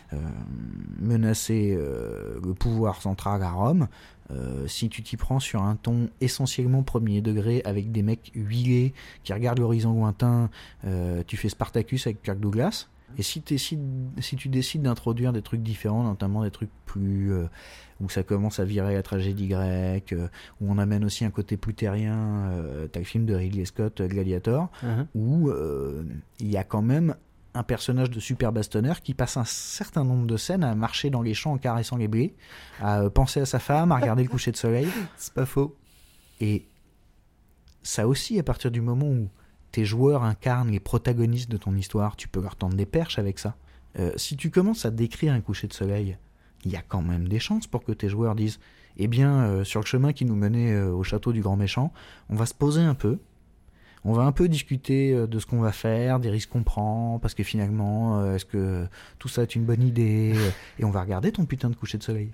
menacer le pouvoir central à Rome. Si tu t'y prends sur un ton essentiellement premier degré avec des mecs huilés qui regardent l'horizon lointain, tu fais Spartacus avec Kirk Douglas. Et si tu décides d'introduire des trucs différents, notamment des trucs plus où ça commence à virer la tragédie grecque, où on amène aussi un côté plus terrien, t'as le film de Ridley Scott, Gladiator, où il y a quand même un personnage de super bastonneur qui passe un certain nombre de scènes à marcher dans les champs en caressant les blés, à penser à sa femme, à regarder le coucher de soleil. C'est pas faux. Et ça aussi, à partir du moment où tes joueurs incarnent les protagonistes de ton histoire, tu peux leur tendre des perches avec ça. Si tu commences à décrire un coucher de soleil, il y a quand même des chances pour que tes joueurs disent « Eh bien, sur le chemin qui nous menait au château du grand méchant, on va se poser un peu. On va un peu discuter de ce qu'on va faire, des risques qu'on prend, parce que finalement, est-ce que tout ça est une bonne idée ? Et on va regarder ton putain de coucher de soleil.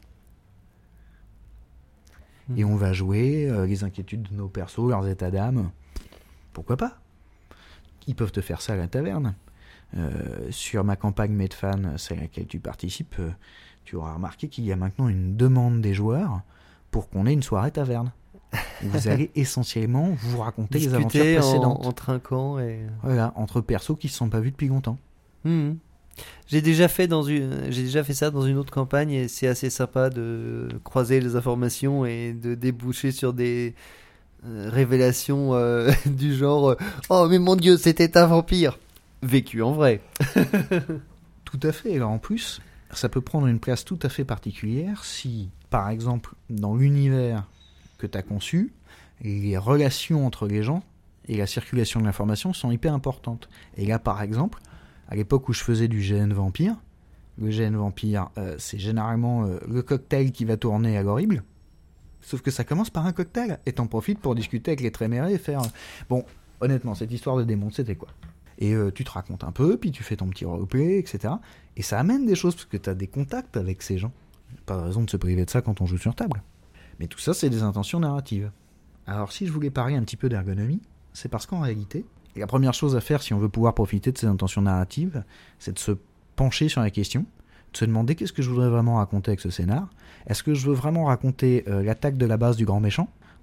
Et on va jouer les inquiétudes de nos persos, leurs états d'âme. Pourquoi pas ? Ils peuvent te faire ça à la taverne. Sur ma campagne Medfan, c'est à laquelle tu participes, tu auras remarqué qu'il y a maintenant une demande des joueurs pour qu'on ait une soirée taverne. Vous allez essentiellement vous raconter les aventures précédentes. En trinquant et... Voilà, entre persos qui se sont pas vus depuis longtemps. J'ai déjà fait ça dans une autre campagne et c'est assez sympa de croiser les informations et de déboucher sur des révélations du genre oh mais mon dieu c'était un vampire vécu en vrai. Tout à fait. Alors en plus, ça peut prendre une place tout à fait particulière si, par exemple, dans l'univers que tu as conçu, les relations entre les gens et la circulation de l'information sont hyper importantes. Et là, par exemple, à l'époque où je faisais du GN Vampire, le GN Vampire, c'est généralement le cocktail qui va tourner à l'horrible, sauf que ça commence par un cocktail, et t'en profites pour discuter avec les Trémérés et faire... Bon, honnêtement, cette histoire de démon, c'était quoi ? Et tu te racontes un peu, puis tu fais ton petit roleplay, etc. Et ça amène des choses, parce que t'as des contacts avec ces gens. Pas de raison de se priver de ça quand on joue sur table. Mais tout ça, c'est des intentions narratives. Alors, si je voulais parler un petit peu d'ergonomie, c'est parce qu'en réalité, la première chose à faire si on veut pouvoir profiter de ces intentions narratives, c'est de se pencher sur la question, de se demander qu'est-ce que je voudrais vraiment raconter avec ce scénar. Est-ce que je veux vraiment raconter l'attaque de la base du grand méchant ?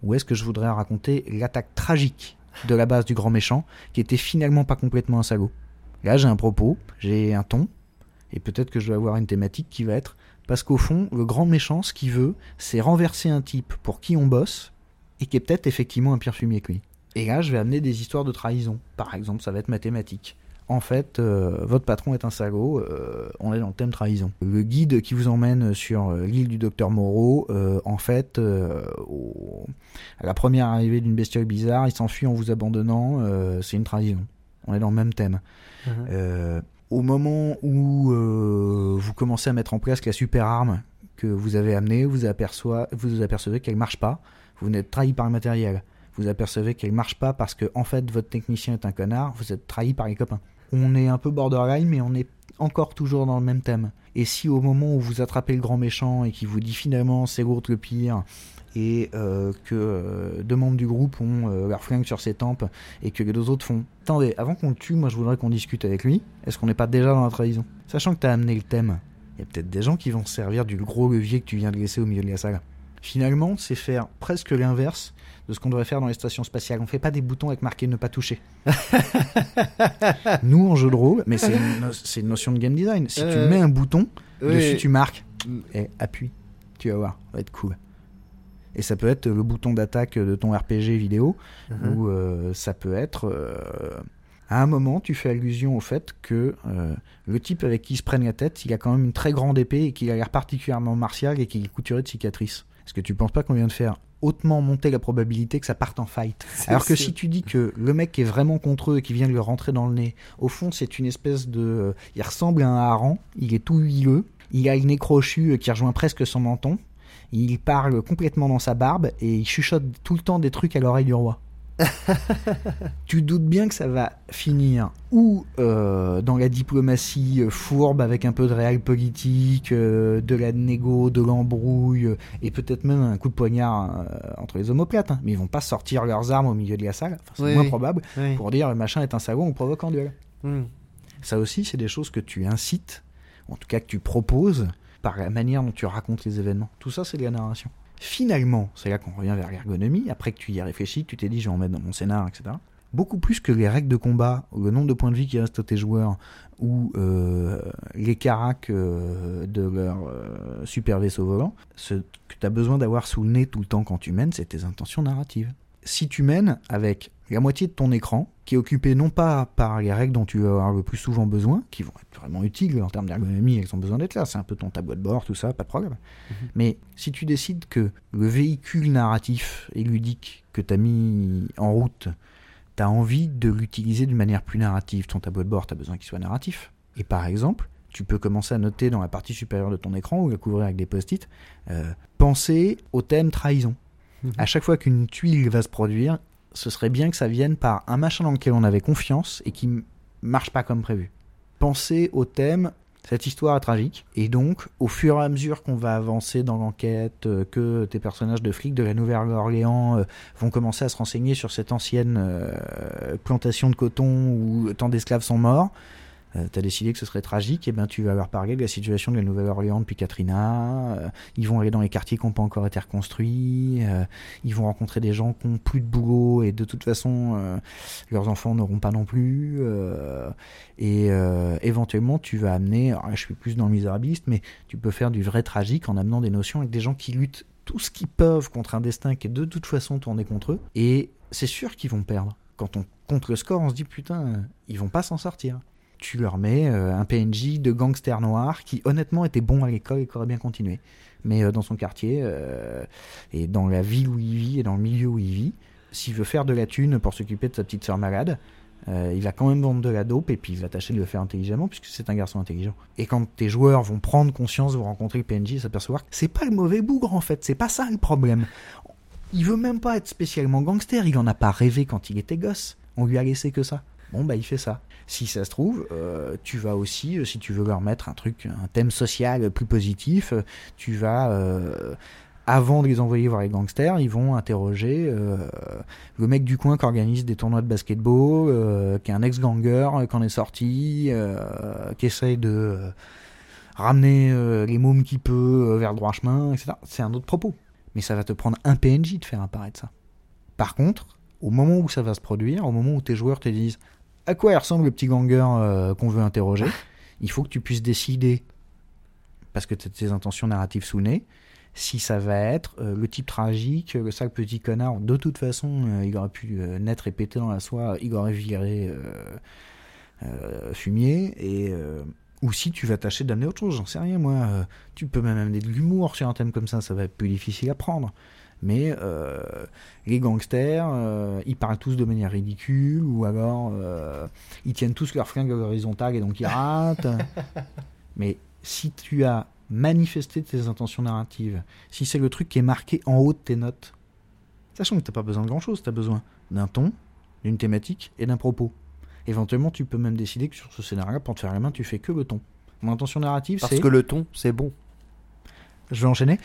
ou est-ce que je voudrais raconter l'attaque tragique de la base du grand méchant, qui était finalement pas complètement un salaud. Là, j'ai un propos, j'ai un ton, et peut-être que je dois avoir une thématique qui va être, parce qu'au fond, le grand méchant, ce qu'il veut, c'est renverser un type pour qui on bosse, et qui est peut-être effectivement un pire fumier que lui. Et là, je vais amener des histoires de trahison. Par exemple, ça va être ma thématique. En fait, votre patron est un salaud, on est dans le thème trahison. Le guide qui vous emmène sur l'île du docteur Moreau, en fait, à la première arrivée d'une bestiole bizarre, il s'enfuit en vous abandonnant, c'est une trahison. On est dans le même thème. Au moment où vous commencez à mettre en place la super arme que vous avez amenée, vous apercevez qu'elle ne marche pas, vous êtes trahi par le matériel. Vous apercevez qu'elle ne marche pas parce que, en fait, votre technicien est un connard, vous êtes trahi par les copains. On est un peu borderline, mais on est encore toujours dans le même thème. Et si au moment où vous attrapez le grand méchant et qu'il vous dit finalement c'est l'autre le pire, et que deux membres du groupe ont leur flingue sur ses tempes, et que les deux autres font « Attendez, avant qu'on le tue, moi je voudrais qu'on discute avec lui, est-ce qu'on n'est pas déjà dans la trahison ?» Sachant que tu as amené le thème, il y a peut-être des gens qui vont se servir du gros levier que tu viens de laisser au milieu de la salle. Finalement, c'est faire presque l'inverse de ce qu'on devrait faire dans les stations spatiales. On fait pas des boutons avec marqué ne pas toucher. Nous, en jeu de rôle, mais c'est une notion de game design. Si tu mets un bouton, dessus tu marques, et appuie, tu vas voir, ça va être cool. Et ça peut être le bouton d'attaque de ton RPG vidéo, ou ça peut être... à un moment, tu fais allusion au fait que le type avec qui ils se prennent la tête, il a quand même une très grande épée et qu'il a l'air particulièrement martial et qu'il est couturé de cicatrices. Est-ce que tu penses pas qu'on vient de faire hautement monter la probabilité que ça parte en fight? Alors que si tu dis que le mec qui est vraiment contre eux et qui vient de le rentrer dans le nez, au fond c'est une espèce de... il ressemble à un hareng, il est tout huileux, il a le nez crochu qui rejoint presque son menton, il parle complètement dans sa barbe et il chuchote tout le temps des trucs à l'oreille du roi. Tu doutes bien que ça va finir ou dans la diplomatie fourbe avec un peu de réel politique, de la négo, de l'embrouille et peut-être même un coup de poignard entre les omoplates, hein. Mais ils vont pas sortir leurs armes au milieu de la salle, enfin, c'est moins probable, pour dire machin est un salaud, on provoque en duel. Ça aussi c'est des choses que tu incites, en tout cas que tu proposes par la manière dont tu racontes les événements. Tout ça c'est de la narration. Finalement, c'est là qu'on revient vers l'ergonomie. Après que tu y as réfléchi, tu t'es dit je vais en mettre dans mon scénar, etc. Beaucoup plus que les règles de combat, le nombre de points de vie qui restent à tes joueurs, ou les caracs de leur super vaisseau volant, ce que tu as besoin d'avoir sous le nez tout le temps quand tu mènes, c'est tes intentions narratives. Si tu mènes avec la moitié de ton écran, qui est occupé non pas par les règles dont tu vas avoir le plus souvent besoin, qui vont être vraiment utiles en termes d'ergonomie, elles ont besoin d'être là, c'est un peu ton tableau de bord, tout ça, pas de problème. Mais si tu décides que le véhicule narratif et ludique que tu as mis en route, tu as envie de l'utiliser d'une manière plus narrative, ton tableau de bord, tu as besoin qu'il soit narratif. Et par exemple, tu peux commencer à noter dans la partie supérieure de ton écran, ou la couvrir avec des post-it, penser au thème trahison. À chaque fois qu'une tuile va se produire, ce serait bien que ça vienne par un machin dans lequel on avait confiance et qui marche pas comme prévu. Pensez au thème, cette histoire est tragique, et donc au fur et à mesure qu'on va avancer dans l'enquête, que tes personnages de flics de la Nouvelle-Orléans vont commencer à se renseigner sur cette ancienne plantation de coton où tant d'esclaves sont morts, t'as décidé que ce serait tragique, et ben tu vas leur parler de la situation de la Nouvelle-Orléans depuis Katrina, ils vont aller dans les quartiers qui n'ont pas encore été reconstruits, ils vont rencontrer des gens qui n'ont plus de boulot et de toute façon leurs enfants n'auront pas non plus, et éventuellement tu vas amener, alors là, je suis plus dans le misérabiliste, mais tu peux faire du vrai tragique en amenant des notions avec des gens qui luttent tout ce qu'ils peuvent contre un destin qui est de toute façon tourné contre eux, et c'est sûr qu'ils vont perdre. Quand on compte le score, on se dit putain, ils vont pas s'en sortir. Tu leur mets un PNJ de gangster noir qui honnêtement était bon à l'école et qui aurait bien continué. Mais dans son quartier, et dans la ville où il vit et dans le milieu où il vit, s'il veut faire de la thune pour s'occuper de sa petite sœur malade, il va quand même vendre de la dope et puis il va tâcher de le faire intelligemment puisque c'est un garçon intelligent. Et quand tes joueurs vont prendre conscience, vont rencontrer le PNJ et s'apercevoir que c'est pas le mauvais bougre en fait, c'est pas ça le problème. Il veut même pas être spécialement gangster, il en a pas rêvé quand il était gosse, on lui a laissé que ça. Bon bah il fait ça. Si ça se trouve, tu vas aussi, si tu veux leur mettre un thème social plus positif, tu vas, avant de les envoyer voir les gangsters, ils vont interroger le mec du coin qui organise des tournois de basketball, qui est un ex-ganger, qui en est sorti, qui essaye de ramener les mômes qu'il peut vers le droit chemin, etc. C'est un autre propos. Mais ça va te prendre un PNJ de faire apparaître ça. Par contre, au moment où ça va se produire, au moment où tes joueurs te disent à quoi il ressemble le petit ganger qu'on veut interroger, il faut que tu puisses décider, parce que tu as tes intentions narratives sous le nez, si ça va être le type tragique, le sale petit connard. De toute façon, il aurait pu naître et péter dans la soie, il aurait viré fumier, ou si tu vas tâcher d'amener autre chose, j'en sais rien moi. Tu peux même amener de l'humour sur un thème comme ça va être plus difficile à prendre. Mais les gangsters, ils parlent tous de manière ridicule, ou alors ils tiennent tous leur flingue à l'horizontale et donc ils ratent. Mais si tu as manifesté tes intentions narratives, si c'est le truc qui est marqué en haut de tes notes, sachant que tu n'as pas besoin de grand-chose, tu as besoin d'un ton, d'une thématique et d'un propos. Éventuellement, tu peux même décider que sur ce scénario-là, pour te faire la main, tu fais que le ton. Mon intention narrative, Parce que le ton, c'est bon. Je vais enchaîner.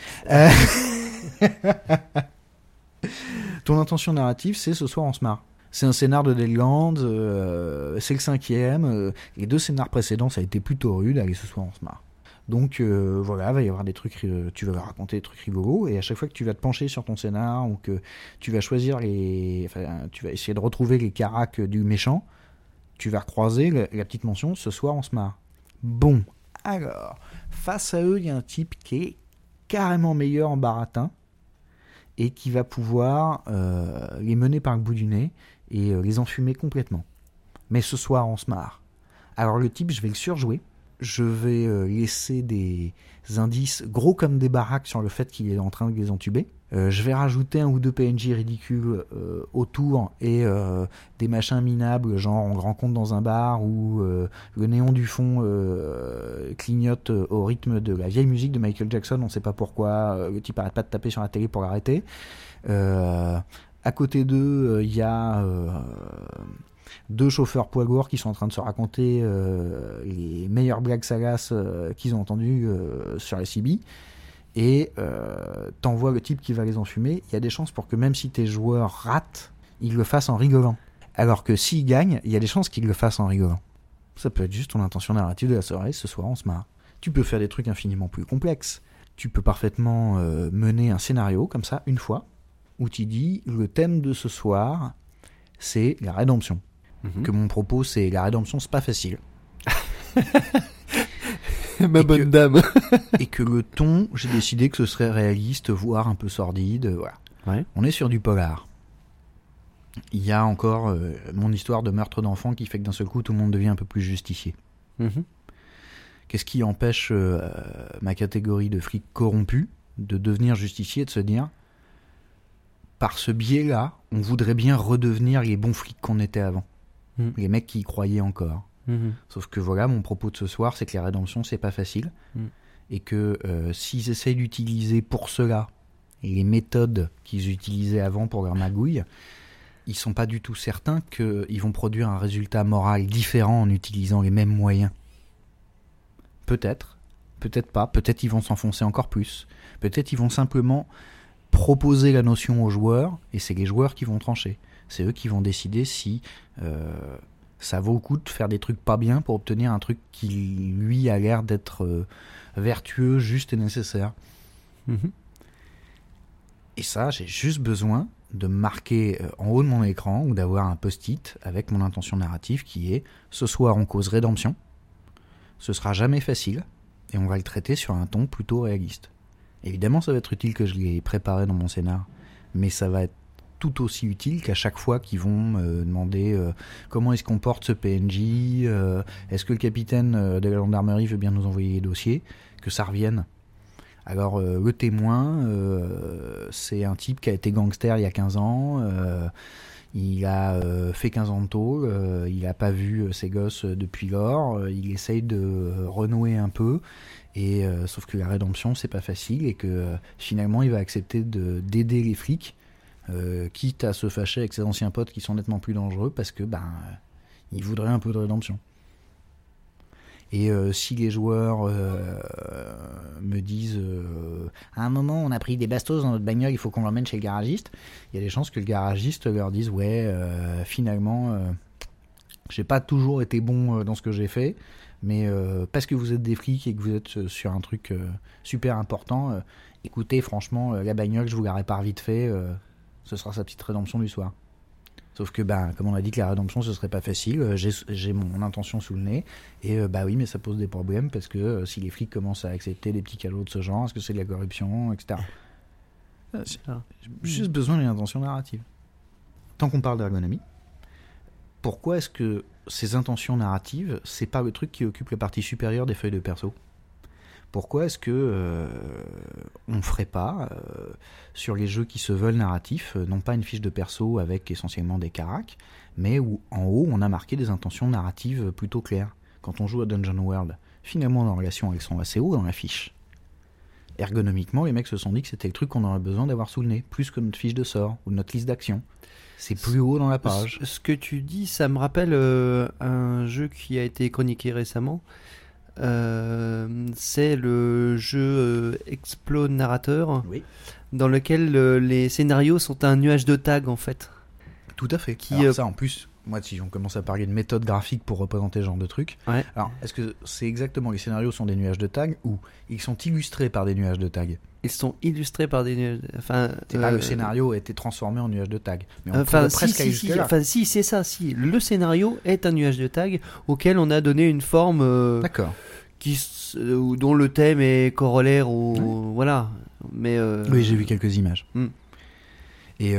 Ton intention narrative, c'est ce soir on se marre. C'est un scénar de Deadlands, c'est le 5e. Les 2 scénars précédents, ça a été plutôt rude. Allez, ce soir on se marre. Donc voilà, il va y avoir des trucs, tu vas raconter des trucs rigolos, et à chaque fois que tu vas te pencher sur ton scénar, ou que tu vas choisir tu vas essayer de retrouver les caracs du méchant, tu vas croiser la petite mention, ce soir on se marre. Bon, alors, face à eux, il y a un type qui est carrément meilleur en baratin, et qui va pouvoir les mener par le bout du nez, et les enfumer complètement. Mais ce soir on se marre. Alors le type, je vais le surjouer. Je vais laisser des indices gros comme des baraques sur le fait qu'il est en train de les entuber. Je vais rajouter un ou deux PNJ ridicules autour, et des machins minables, genre on le rencontre dans un bar où le néon du fond clignote au rythme de la vieille musique de Michael Jackson, on sait pas pourquoi, le type arrête pas de taper sur la télé pour l'arrêter. À côté d'eux, il y a 2 chauffeurs poids lourds qui sont en train de se raconter les meilleures blagues salaces qu'ils ont entendues sur la CB, et t'envoies le type qui va les enfumer. Il y a des chances pour que même si tes joueurs ratent, ils le fassent en rigolant, alors que s'ils gagnent, il y a des chances qu'ils le fassent en rigolant. Ça peut être juste ton intention narrative de la soirée, ce soir on se marre. Tu peux faire des trucs infiniment plus complexes. Tu peux parfaitement mener un scénario comme ça une fois, où tu dis le thème de ce soir c'est la rédemption. Que mon propos c'est la rédemption, c'est pas facile. Ma bonne dame. Et que le ton, j'ai décidé que ce serait réaliste, voire un peu sordide. Voilà. Ouais. On est sur du polar. Il y a encore mon histoire de meurtre d'enfant qui fait que d'un seul coup tout le monde devient un peu plus justicier. Qu'est-ce qui empêche ma catégorie de flic corrompu de devenir justicier, de se dire par ce biais-là, on voudrait bien redevenir les bons flics qu'on était avant. Les mecs qui y croyaient encore. Sauf que voilà, mon propos de ce soir, c'est que la rédemption, c'est pas facile. Et que s'ils essayent d'utiliser pour cela les méthodes qu'ils utilisaient avant pour leur magouille, ils sont pas du tout certains qu'ils vont produire un résultat moral différent en utilisant les mêmes moyens. Peut-être, peut-être pas, peut-être ils vont s'enfoncer encore plus. Peut-être ils vont simplement proposer la notion aux joueurs, et c'est les joueurs qui vont trancher. C'est eux qui vont décider si ça vaut le coup de faire des trucs pas bien pour obtenir un truc qui, lui, a l'air d'être vertueux, juste et nécessaire. Et ça, j'ai juste besoin de marquer en haut de mon écran, ou d'avoir un post-it avec mon intention narrative qui est « Ce soir, on cause rédemption. Ce sera jamais facile, et on va le traiter sur un ton plutôt réaliste. » Évidemment, ça va être utile que je l'ai préparé dans mon scénar, mais ça va être tout aussi utile qu'à chaque fois qu'ils vont me demander comment est-ce qu'on porte ce PNJ, est-ce que le capitaine de la gendarmerie veut bien nous envoyer les dossiers, que ça revienne. Alors, le témoin, c'est un type qui a été gangster il y a 15 ans, il a fait 15 ans de tôle, il n'a pas vu ses gosses depuis lors, il essaye de renouer un peu, et sauf que la rédemption, c'est pas facile, et que finalement, il va accepter d'aider les flics, quitte à se fâcher avec ses anciens potes qui sont nettement plus dangereux, parce que il voudrait un peu de rédemption. Et si les joueurs me disent à un moment on a pris des bastos dans notre bagnole, il faut qu'on l'emmène chez le garagiste, il y a des chances que le garagiste leur dise finalement j'ai pas toujours été bon dans ce que j'ai fait, Mais parce que vous êtes des flics et que vous êtes sur un truc super important, écoutez, franchement, la bagnole, je vous la répare vite fait, ce sera sa petite rédemption du soir. Sauf que, comme on a dit que la rédemption, ce serait pas facile, j'ai mon intention sous le nez, et oui, mais ça pose des problèmes, parce que si les flics commencent à accepter des petits cadeaux de ce genre, est-ce que c'est de la corruption, etc. J'ai juste besoin d'une intention narrative. Tant qu'on parle d'ergonomie, pourquoi est-ce que ces intentions narratives, c'est pas le truc qui occupe la partie supérieure des feuilles de perso ? Pourquoi est-ce que on ferait pas sur les jeux qui se veulent narratifs, non pas une fiche de perso avec essentiellement des caracs, mais où en haut on a marqué des intentions narratives plutôt claires. Quand on joue à Dungeon World, finalement en relation elles sont assez haut dans la fiche. Ergonomiquement, les mecs se sont dit que c'était le truc qu'on aurait besoin d'avoir sous le nez, plus que notre fiche de sort ou notre liste d'actions. C'est plus haut dans la page. Ce que tu dis, ça me rappelle un jeu qui a été chroniqué récemment. C'est le jeu Explode Narrateur, Oui. dans lequel les scénarios sont un nuage de tags en fait. Tout à fait. Alors ça en plus, moi si on commence à parler de méthode graphique pour représenter ce genre de truc, ouais. Alors est-ce que c'est exactement les scénarios sont des nuages de tags ou ils sont illustrés par des nuages de tags ? Ils sont illustrés par des nuages. Enfin, c'est pas le scénario a été transformé en nuage de tags, mais on pourrait presque aller jusque-là. Enfin, si c'est ça, si le scénario est un nuage de tags auquel on a donné une forme. D'accord. Dont le thème est corollaire ou voilà. Mais oui, j'ai vu quelques images. Et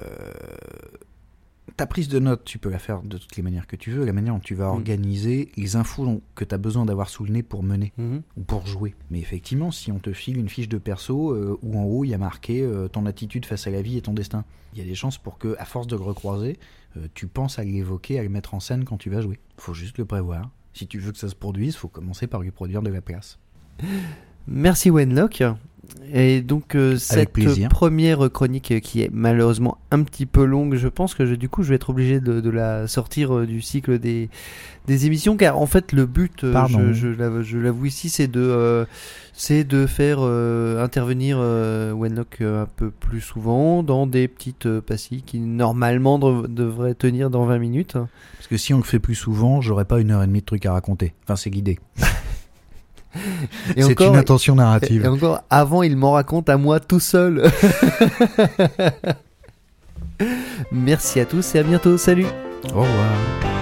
ta prise de notes, tu peux la faire de toutes les manières que tu veux, la manière dont tu vas organiser les infos que tu as besoin d'avoir sous le nez pour mener ou pour jouer. Mais effectivement, si on te file une fiche de perso où en haut il y a marqué ton attitude face à la vie et ton destin, il y a des chances pour que, à force de le recroiser, tu penses à l'évoquer, à le mettre en scène quand tu vas jouer. Faut juste le prévoir. Si tu veux que ça se produise, faut commencer par lui produire de la place. Merci Wenlock. Et donc cette première chronique qui est malheureusement un petit peu longue, je pense que du coup je vais être obligé de la sortir du cycle des émissions, car en fait le but, je l'avoue ici, c'est de faire intervenir Wenlock un peu plus souvent dans des petites pastilles qui normalement devraient tenir dans 20 minutes. Parce que si on le fait plus souvent, j'aurais pas 1h30 de trucs à raconter. Enfin, c'est guidé. C'est une intention narrative. Et encore, avant, il m'en raconte à moi tout seul. Merci à tous et à bientôt. Salut. Au revoir.